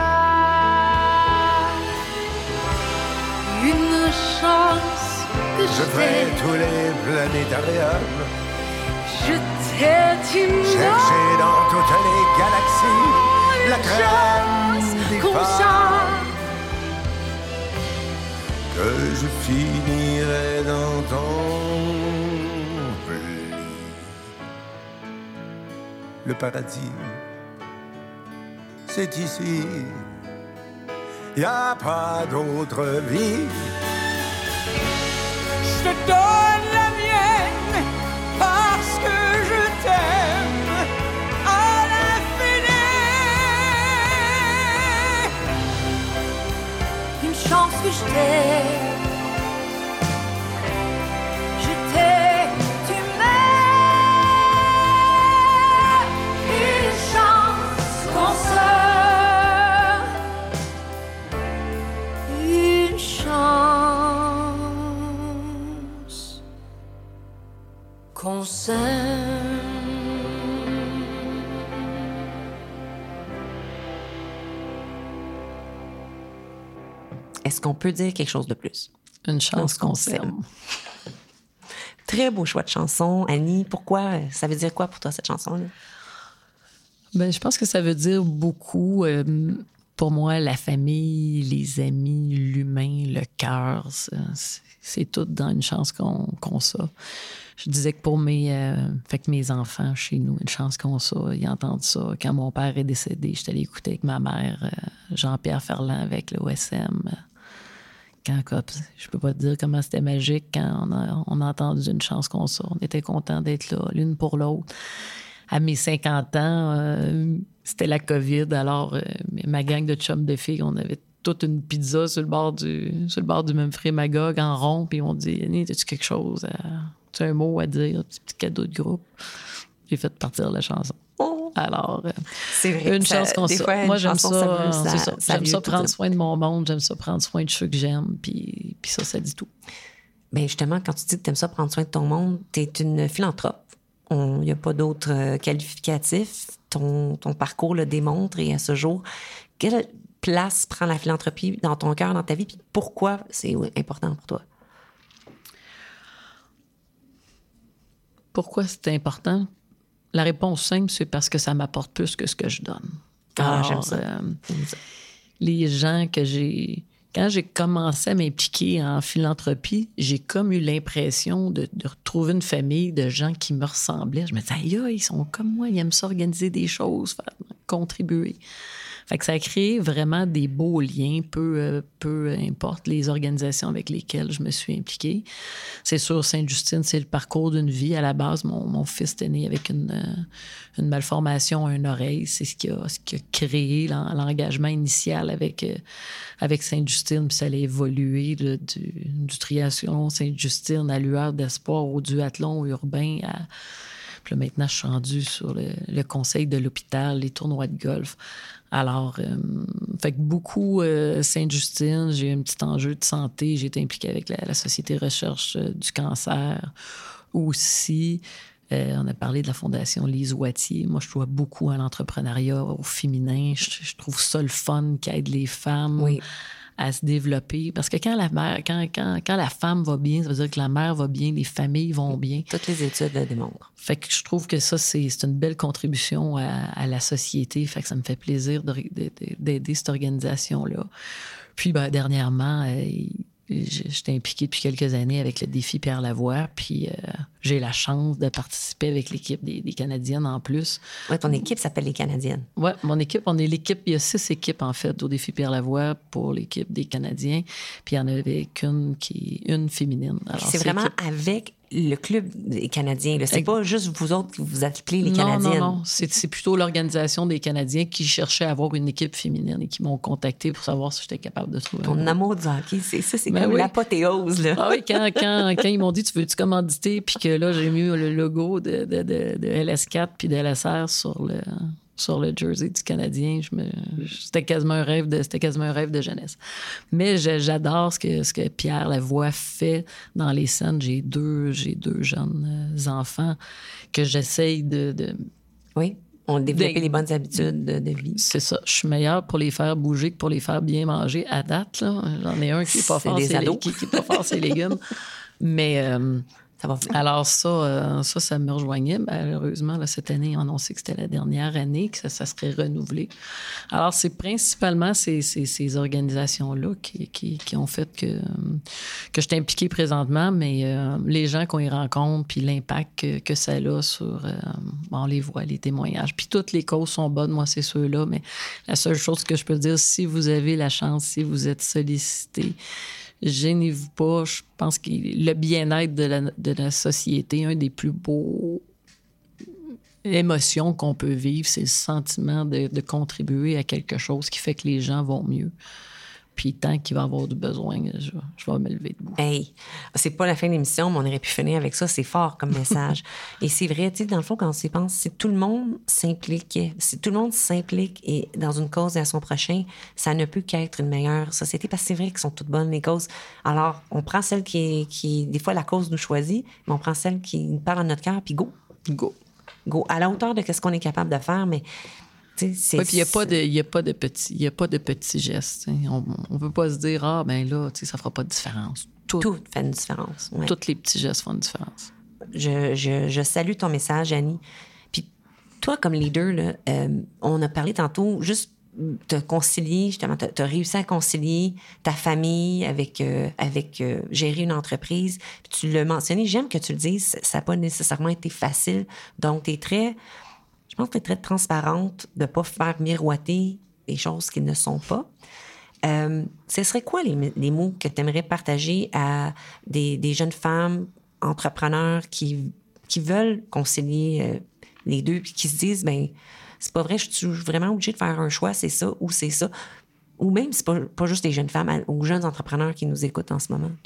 Une chance que Je ferai tous les planétariums. Je t'ai, tu m'as. Chercher dans toutes les galaxies la crème des qu'on femmes. sort. Que je finirai dans ton lit. Le paradis, c'est ici. Y a pas d'autre vie. Je te donne la mienne parce que je t'aime à l'infini. Une chance que je t'ai. Tu m'as. Une chance qu'on sort. Une chance qu'on s'aime. Est-ce qu'on peut dire quelque chose de plus? Une chance qu'on s'aime. Très beau choix de chanson. Annie, pourquoi? Ça veut dire quoi pour toi, cette chanson-là? Ben, je pense que ça veut dire beaucoup. Pour moi, la famille, les amis, l'humain, le cœur, c'est tout dans une chance qu'on ça. Je disais que pour mes enfants chez nous, une chance qu'on ça, ils entendent ça. Quand mon père est décédé, j'étais allée écouter avec ma mère Jean-Pierre Ferland avec le OSM. Je peux pas te dire comment c'était magique quand on a entendu une chance qu'on ça. On était contents d'être là, l'une pour l'autre. À mes 50 ans, c'était la COVID. Alors, ma gang de chums de filles, on avait toute une pizza sur le bord du même Magog en rond. Puis on dit, Annie, as-tu quelque chose? As-tu un mot à dire? Un petit cadeau de groupe? J'ai fait partir la chanson. Alors, c'est vrai, une chance qu'on ça. Moi, j'aime ça. J'aime ça prendre soin de mon monde. J'aime ça prendre soin de ceux que j'aime. Puis ça dit tout. Bien, justement, quand tu dis que tu aimes ça prendre soin de ton monde, tu es une philanthrope. Il n'y a pas d'autres qualificatifs. Ton parcours le démontre et à ce jour, quelle place prend la philanthropie dans ton cœur, dans ta vie, puis pourquoi c'est important pour toi? Pourquoi c'est important? La réponse simple, c'est parce que ça m'apporte plus que ce que je donne. Alors, j'aime ça. Les gens que j'ai... Quand j'ai commencé à m'impliquer en philanthropie, j'ai comme eu l'impression de retrouver une famille de gens qui me ressemblaient. Je me disais, aïe, ils sont comme moi, ils aiment ça organiser des choses, faire contribuer. Fait que ça a créé vraiment des beaux liens, peu importe les organisations avec lesquelles je me suis impliquée. C'est sûr, Sainte-Justine, c'est le parcours d'une vie. À la base, mon fils est né avec une malformation à une oreille. C'est ce qui a créé l'engagement initial avec Sainte-Justine. Puis ça a évolué du triathlon Sainte-Justine à lueur d'espoir, au duathlon urbain, puis là, maintenant, je suis rendue sur le conseil de l'hôpital, les tournois de golf. Alors, fait que beaucoup Sainte-Justine, j'ai eu un petit enjeu de santé. J'ai été impliquée avec la Société Recherche du cancer aussi. On a parlé de la Fondation Lise Wattier. Moi, je dois beaucoup à l'entrepreneuriat, au féminin. Je trouve ça le fun qui aide les femmes à se développer. Parce que quand la femme va bien, ça veut dire que la mère va bien, les familles vont bien. Toutes les études le démontrent. Fait que je trouve que ça, c'est une belle contribution à la société. Fait que ça me fait plaisir d'aider cette organisation-là. Puis, dernièrement, j'étais impliquée depuis quelques années avec le défi Pierre Lavoie, puis j'ai la chance de participer avec l'équipe des Canadiennes en plus. Oui, ton équipe s'appelle les Canadiennes. Oui, mon équipe, il y a 6 équipes en fait au défi Pierre Lavoie pour l'équipe des Canadiens, puis il y en avait qu'une qui est une féminine. Alors, c'est vraiment avec le club des Canadiens. Là. C'est pas juste vous autres qui vous appelez les Canadiennes. Non. C'est plutôt l'organisation des Canadiens qui cherchait à avoir une équipe féminine et qui m'ont contacté pour savoir si j'étais capable de trouver. Ton amour du hockey, c'est comme l'apothéose. Là. Ah oui, quand ils m'ont dit « Tu veux-tu commanditer? » Puis que là, j'ai mis le logo de LS4 puis de LSR sur le jersey du Canadien. C'était quasiment un rêve de jeunesse. Mais j'adore ce que Pierre Lavoie fait dans les scènes. J'ai deux jeunes enfants que j'essaye de Oui, on développe les bonnes habitudes de vie. C'est ça. Je suis meilleure pour les faire bouger que pour les faire bien manger à date. Là. J'en ai un qui n'est pas fort, qui pas fort ses légumes. Mais... alors ça me rejoignait. Malheureusement, là, cette année, ils ont annoncé que c'était la dernière année, que ça serait renouvelé. Alors, c'est principalement ces organisations-là qui ont fait que je suis impliquée présentement, mais les gens qu'on y rencontre, puis l'impact que ça a sur... on les voit, les témoignages. Puis toutes les causes sont bonnes, moi, c'est ceux-là, mais la seule chose que je peux dire, si vous avez la chance, si vous êtes sollicité, gênez-vous pas. Je pense que le bien-être de la société, un des plus beaux émotions qu'on peut vivre, c'est le sentiment de contribuer à quelque chose qui fait que les gens vont mieux. Puis tant qu'il va y avoir du besoin, je vais me lever debout. Hey, c'est pas la fin de l'émission, mais on aurait pu finir avec ça. C'est fort comme message. Et c'est vrai, tu sais, dans le fond, quand on s'y pense, si tout le monde s'impliquait, si tout le monde s'implique et dans une cause et à son prochain, ça ne peut qu'être une meilleure société, parce que c'est vrai qu'elles sont toutes bonnes, les causes. Alors, on prend celle qui des fois, la cause nous choisit, mais on prend celle qui nous parle à notre cœur, puis go. À la hauteur de ce qu'on est capable de faire, mais... Oui, puis il n'y a pas de petits gestes. On ne peut pas se dire, ça ne fera pas de différence. Tout fait une différence. Ouais. Tous les petits gestes font une différence. Je salue ton message, Annie. Puis toi, comme leader, là, on a parlé tantôt, juste te concilier, justement, tu as réussi à concilier ta famille avec gérer une entreprise. Puis tu l'as mentionné, j'aime que tu le dises, ça n'a pas nécessairement été facile. Donc, je pense que tu es très transparente de ne pas faire miroiter des choses qui ne sont pas. Ce serait quoi les mots que tu aimerais partager à des jeunes femmes entrepreneurs qui veulent concilier les deux puis qui se disent, c'est pas vrai, je suis vraiment obligée de faire un choix, c'est ça ou c'est ça. Ou même, c'est pas juste les jeunes femmes, aux jeunes entrepreneurs qui nous écoutent en ce moment.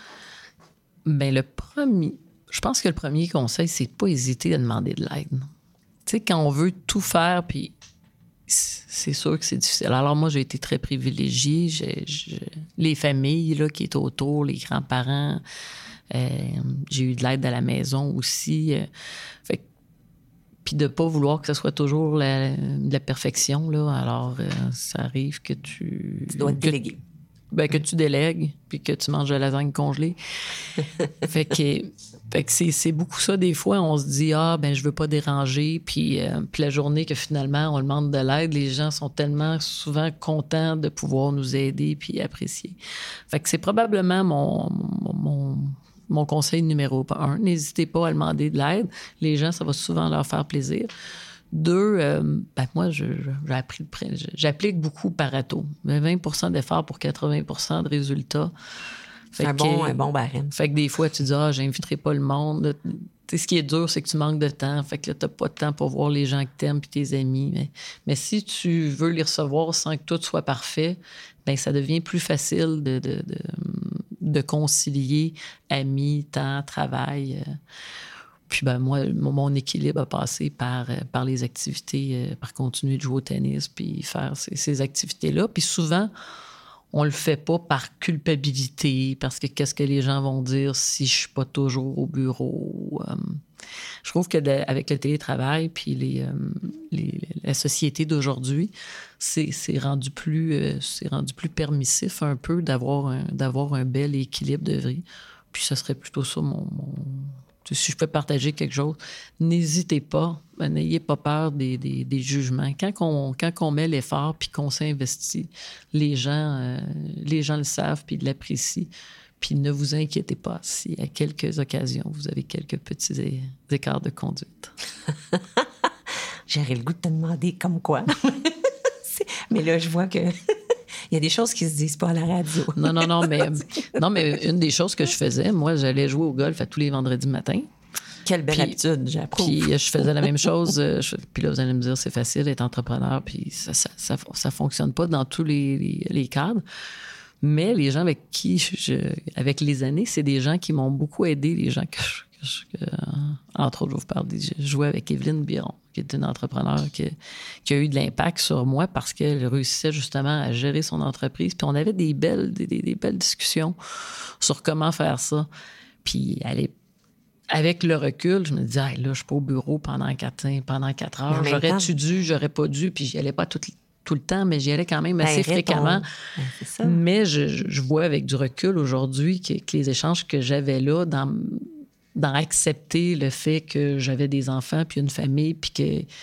Je pense que le premier conseil, c'est de ne pas hésiter à demander de l'aide. Tu sais, quand on veut tout faire, puis c'est sûr que c'est difficile. Alors moi, j'ai été très privilégiée. Les familles là, qui étaient autour, les grands-parents, j'ai eu de l'aide à la maison aussi. Puis de ne pas vouloir que ce soit toujours la perfection. Là. Alors, ça arrive que tu dois te déléguer. Que tu délègues, puis que tu manges de la lasagne congelée. Fait que c'est beaucoup ça. Des fois, on se dit, je veux pas déranger. Puis la journée que finalement, on demande de l'aide, les gens sont tellement souvent contents de pouvoir nous aider puis apprécier. Fait que c'est probablement mon conseil numéro 1. N'hésitez pas à demander de l'aide. Les gens, ça va souvent leur faire plaisir. 2, moi, j'applique beaucoup Pareto. 20 d'efforts pour 80 de résultats. Un bon barème. Fait que des fois, tu dis, j'inviterai pas le monde. Ce qui est dur, c'est que tu manques de temps. Fait que là, t'as pas de temps pour voir les gens que t'aimes puis tes amis. Mais si tu veux les recevoir sans que tout soit parfait, ben ça devient plus facile de concilier amis, temps, travail. Puis moi, mon équilibre a passé par les activités, par continuer de jouer au tennis puis faire ces activités-là. Puis souvent, on le fait pas par culpabilité, parce que qu'est-ce que les gens vont dire si je suis pas toujours au bureau. Je trouve que avec le télétravail puis la société d'aujourd'hui, c'est rendu plus permissif un peu d'avoir un bel équilibre de vie. Puis ce serait plutôt ça si je peux partager quelque chose, n'hésitez pas, n'ayez pas peur des jugements. Quand on met l'effort puis qu'on s'investit, les gens le savent puis ils l'apprécient. Puis ne vous inquiétez pas si à quelques occasions, vous avez quelques petits écarts de conduite. J'aurais le goût de te demander comme quoi. Mais là, je vois que... Il y a des choses qui se disent pas à la radio. Non, mais une des choses que je faisais, moi, j'allais jouer au golf à tous les vendredis matin. Quelle belle habitude, j'approuve. Puis je faisais la même chose. Puis là, vous allez me dire, c'est facile d'être entrepreneur, puis ça fonctionne pas dans tous les cadres. Mais les gens avec qui avec les années, c'est des gens qui m'ont beaucoup aidé, les gens que entre autres, je vais vous parler. Je jouais avec Evelyne Biron, qui est une entrepreneur qui a eu de l'impact sur moi parce qu'elle réussissait justement à gérer son entreprise. Puis on avait des belles discussions sur comment faire ça. Puis avec le recul, je me disais, là, je suis pas au bureau pendant 4 heures. J'aurais-tu dû, j'aurais pas dû, puis j'y allais pas tout le temps, mais j'y allais quand même assez fréquemment. C'est ça. Mais je vois avec du recul aujourd'hui que les échanges que j'avais là dans accepter le fait que j'avais des enfants puis une famille puis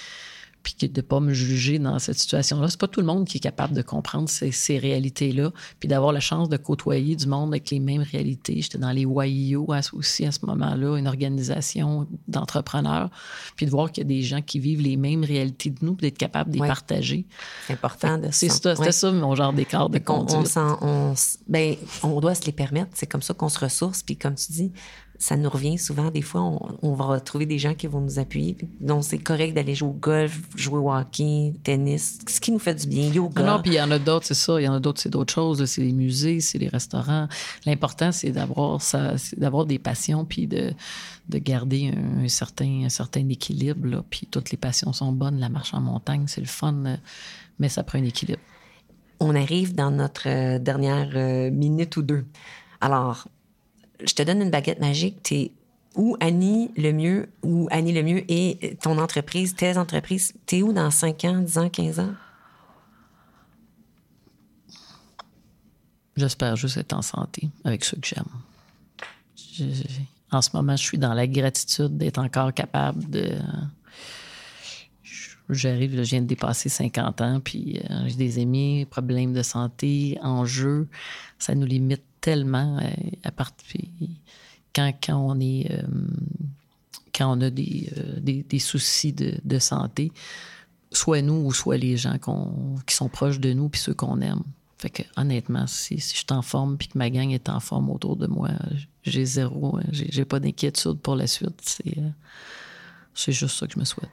que de pas me juger dans cette situation-là. C'est pas tout le monde qui est capable de comprendre ces réalités-là puis d'avoir la chance de côtoyer du monde avec les mêmes réalités. J'étais dans les YIO aussi à ce moment-là, une organisation d'entrepreneurs, puis de voir qu'il y a des gens qui vivent les mêmes réalités de nous puis d'être capable de les partager. C'est important C'était ça mon genre d'écart de conduite. On doit se les permettre. C'est comme ça qu'on se ressource. Puis comme tu dis, ça nous revient souvent. Des fois, on va retrouver des gens qui vont nous appuyer. Donc, c'est correct d'aller jouer au golf, jouer au hockey, tennis, ce qui nous fait du bien, yoga. Non, puis il y en a d'autres, c'est ça. Il y en a d'autres, c'est d'autres choses. C'est les musées, c'est les restaurants. L'important, c'est d'avoir des passions puis de garder un certain équilibre. Là. Puis toutes les passions sont bonnes. La marche en montagne, c'est le fun, mais ça prend un équilibre. On arrive dans notre dernière minute ou deux. Alors... Je te donne une baguette magique. T'es où Annie Lemieux et ton entreprise, tes entreprises, t'es où dans 5 ans, 10 ans, 15 ans? J'espère juste être en santé avec ceux que j'aime. En ce moment, je suis dans la gratitude d'être encore capable de... J'arrive, je viens de dépasser 50 ans, puis j'ai des amis, problèmes de santé, enjeux. Ça nous limite tellement à partir quand on a des soucis de santé, soit nous ou soit les gens qui sont proches de nous puis ceux qu'on aime. Fait que honnêtement, si je suis en forme puis que ma gang est en forme autour de moi, j'ai j'ai pas d'inquiétude pour la suite. C'est juste ça que je me souhaite.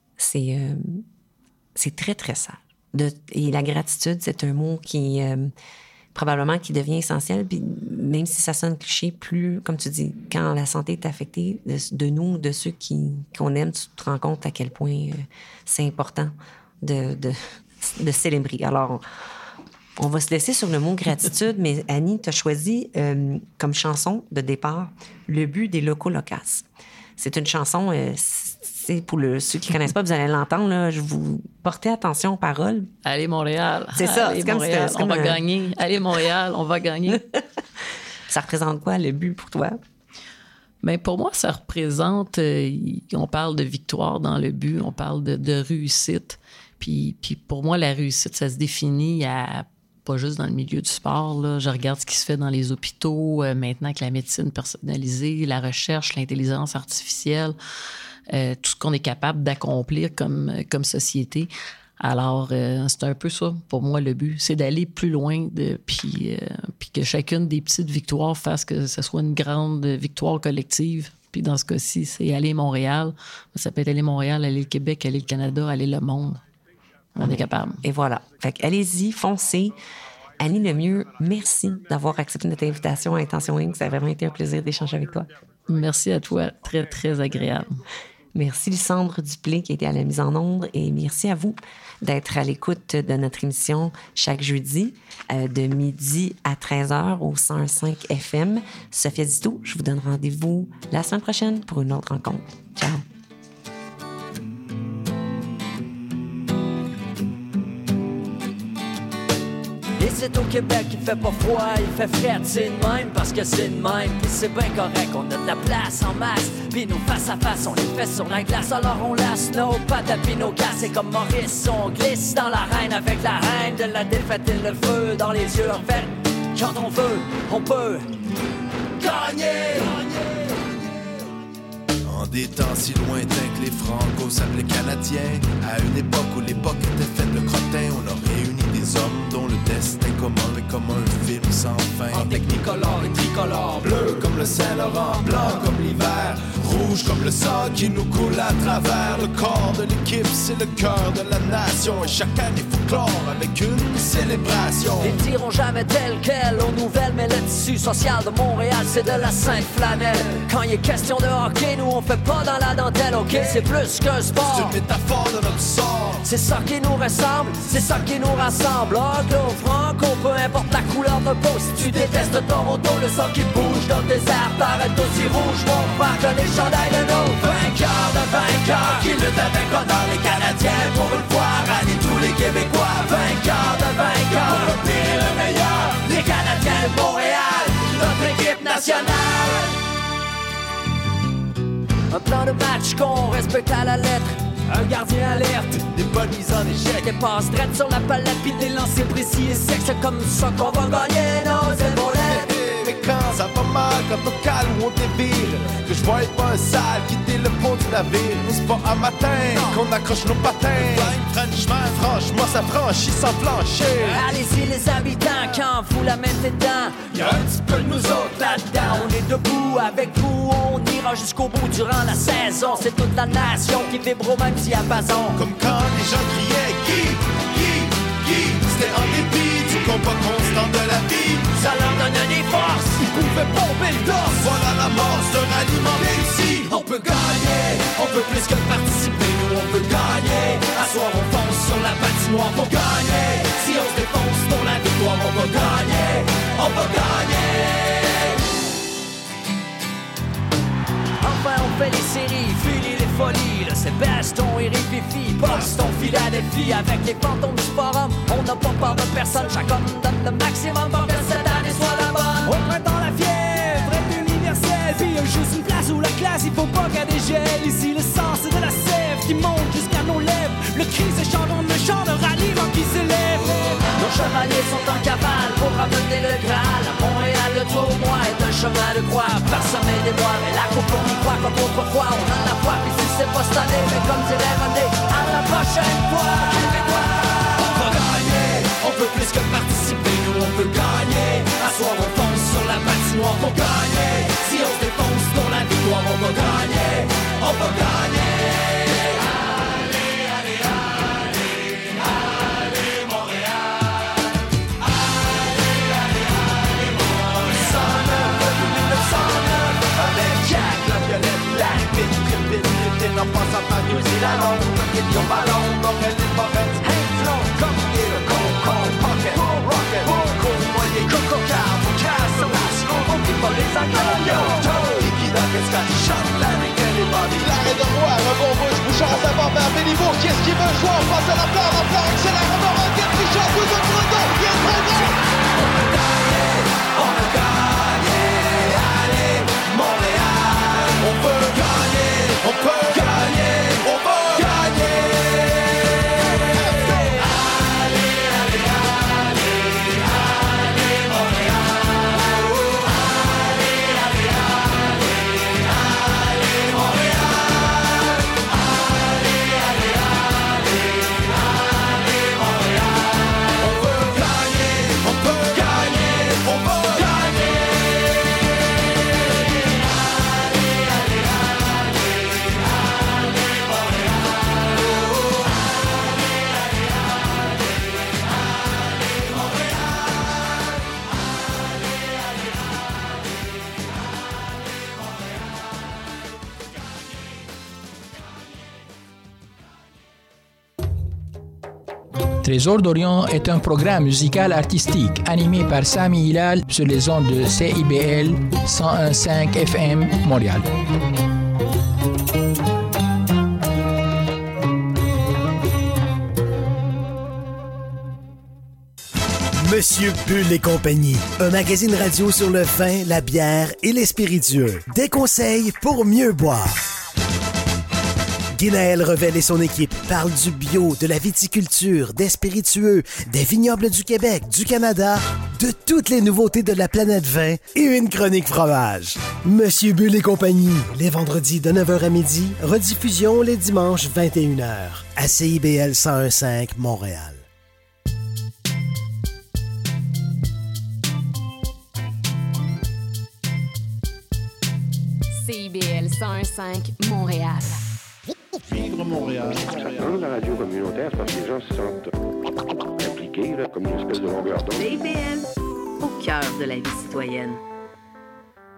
C'est très, très sage. Et la gratitude, c'est un mot qui... probablement qui devient essentiel, puis même si ça sonne cliché, plus, comme tu dis, quand la santé est affectée, de nous, de ceux qu'on aime, tu te rends compte à quel point c'est important de célébrer. Alors, on va se laisser sur le mot gratitude, mais Annie, tu as choisi comme chanson de départ « Le but des locaux loquaces ». C'est une chanson... pour ceux qui ne connaissent pas, vous allez l'entendre, là, je vous portais attention aux paroles. Allez, Montréal. C'est ça. Allez, Montréal, on va gagner. Allez, Montréal, on va gagner. Ça représente quoi, le but, pour toi? Bien, pour moi, ça représente... on parle de victoire dans le but, on parle de réussite. Puis pour moi, la réussite, ça se définit pas juste dans le milieu du sport. Là. Je regarde ce qui se fait dans les hôpitaux, maintenant avec la médecine personnalisée, la recherche, l'intelligence artificielle... tout ce qu'on est capable d'accomplir comme société. Alors, c'est un peu ça, pour moi, le but. C'est d'aller plus loin, puis que chacune des petites victoires fasse que ce soit une grande victoire collective. Puis dans ce cas-ci, c'est aller Montréal. Ça peut être aller Montréal, aller le Québec, aller le Canada, aller le monde. On est capable. Et voilà. Fait que allez-y, foncez. Annie Lemieux, merci d'avoir accepté notre invitation à Intention Inc. Ça a vraiment été un plaisir d'échanger avec toi. Merci à toi. Très, très agréable. Merci Lysandre Duplé qui a été à la mise en onde et merci à vous d'être à l'écoute de notre émission chaque jeudi de midi à 13h au 101.5 FM. Sophia Zito, je vous donne rendez-vous la semaine prochaine pour une autre rencontre. Ciao! Et c'est au Québec, il fait pas froid, il fait frais, c'est de même parce que c'est de même. Pis c'est bien correct, on a de la place en masse. Pis nos face à face, on les fait sur la glace. Alors on laisse nos pattes pis nos gars. C'est comme Maurice, on glisse dans l'arène avec la reine de la défaite et le feu dans les yeux. En fait, quand on veut, on peut gagner. En des temps si lointains que les Franco s'appelaient Canadiens, à une époque où l'époque était faite de crottins, on a réuni des hommes dont le destin commun est comme un film sans fin. En technicolore et tricolore, bleu comme le Saint-Laurent, blanc comme l'hiver, rouge comme le sang qui nous coule à travers. Le corps de l'équipe, c'est le cœur de la nation, et chaque année faut clore avec une célébration. Ils diront jamais tel quel aux nouvelles, mais le tissu social de Montréal, c'est de la sainte flanelle. Quand il est question de hockey, nous on fait pas dans la dentelle, ok? C'est plus qu'un sport. C'est une métaphore de notre sort. C'est ça qui nous ressemble, c'est ça qui nous rassemble. Anglo, franco, peu importe la couleur de peau. Si tu détestes Toronto, le sang qui bouge dans tes airs paraît aussi rouge. Mon frère que les chandails de nos vainqueurs de vainqueurs qui luttent avec honneur. Les Canadiens pour une fois rallient tous les Québécois. Vainqueurs de vainqueurs pour le pire et le meilleur. Les Canadiens de Montréal, notre équipe nationale. Un plan de match qu'on respecte à la lettre. Un gardien alerte, des bonnes mises en échec, des passes drettes sur la palette, puis des lancers précis et secs. C'est comme ça qu'on va gagner nos épaulettes. Mais quand ça va mal, quand on calme ou on dévire, que je vois pas un sale quitter le pont du navire. C'est pas un matin qu'on accroche nos patins. Franchement, ça franchit sans plancher. Allez-y les habitants, quand vous la mettez dedans, y'a un petit peu de nous autres là-dedans. On est debout avec vous, on ira jusqu'au bout durant la saison. C'est toute la nation qui vibre au même diapason. Comme quand les gens criaient Guy. C'était en dépit du combat constant de la vie. Ça leur donnait des forces, ils pouvaient pomper le torse. Voilà la mort, c'est un aliment réussi. On peut gagner, on peut plus que participer. Nous on peut gagner, à soir on fonce sur la patinoire pour gagner. Si on se défonce pour la victoire, on va gagner. On va gagner. Enfin on fait les séries, filer les folies. Là c'est Baston et Rififi, Boston, Philadelphie. Avec les fantômes du forum, on n'a pas peur de personne. Chaque homme donne le maximum pour que cette année soit la bonne. Au printemps la fièvre est universelle. Puis y'a juste une place où la classe, il faut pas qu'elle dégèle. Ici le sang c'est de la sève qui monte jusqu'à nos lèvres. Le cri s'échange en méchant, le rallye qui s'élève. Nos chevaliers sont en cavale pour ramener le Graal. À Montréal, le tournoi est un chemin de croix parsemé des bois. Mais la coupe on y croit comme autrefois. On en a foi, puis si c'est pas cette année, mais comme dirait René, à la prochaine fois. Québécois, on va gagner. On peut plus que participer, nous on peut gagner. À soir on fonce sur la patinoire pour gagner. Si on se défonce pour la victoire, on va gagner. On va gagner. En passant par New Zealand, on ballon, Morel et Morel, hey flow, comme il est le pocket, rocket, moyen, coco, carbo, casse, on dit pas les agneaux, liquida, qu'est-ce qu'a dit, chante, la nickel et body. L'arrêt de roi, un bon bouche, bouchard à savoir vers Béliveau, qu'est-ce qu'il veut jouer, on passe à la part, accélère, on aura un gars, Richard, nous autres, il est très grand. On a gagné, allez, Montréal, on peut gagner, on peut gagner. Trésor d'Orient est un programme musical artistique animé par Sami Hilal sur les ondes de CIBL 101.5 FM Montréal. Monsieur Bull et compagnie, un magazine radio sur le vin, la bière et les spiritueux. Des conseils pour mieux boire. Guinaël Revel et son équipe parlent du bio, de la viticulture, des spiritueux, des vignobles du Québec, du Canada, de toutes les nouveautés de la planète vin et une chronique fromage. Monsieur Bull et compagnie, les vendredis de 9h à midi, rediffusion les dimanches 21h à CIBL 101.5 Montréal. CIBL 101.5 Montréal. Vivre Montréal. Dans la radio communautaire, parce que les gens se sentent impliqués, là, comme une espèce de longueur d'onde. CIBL, au cœur de la vie citoyenne.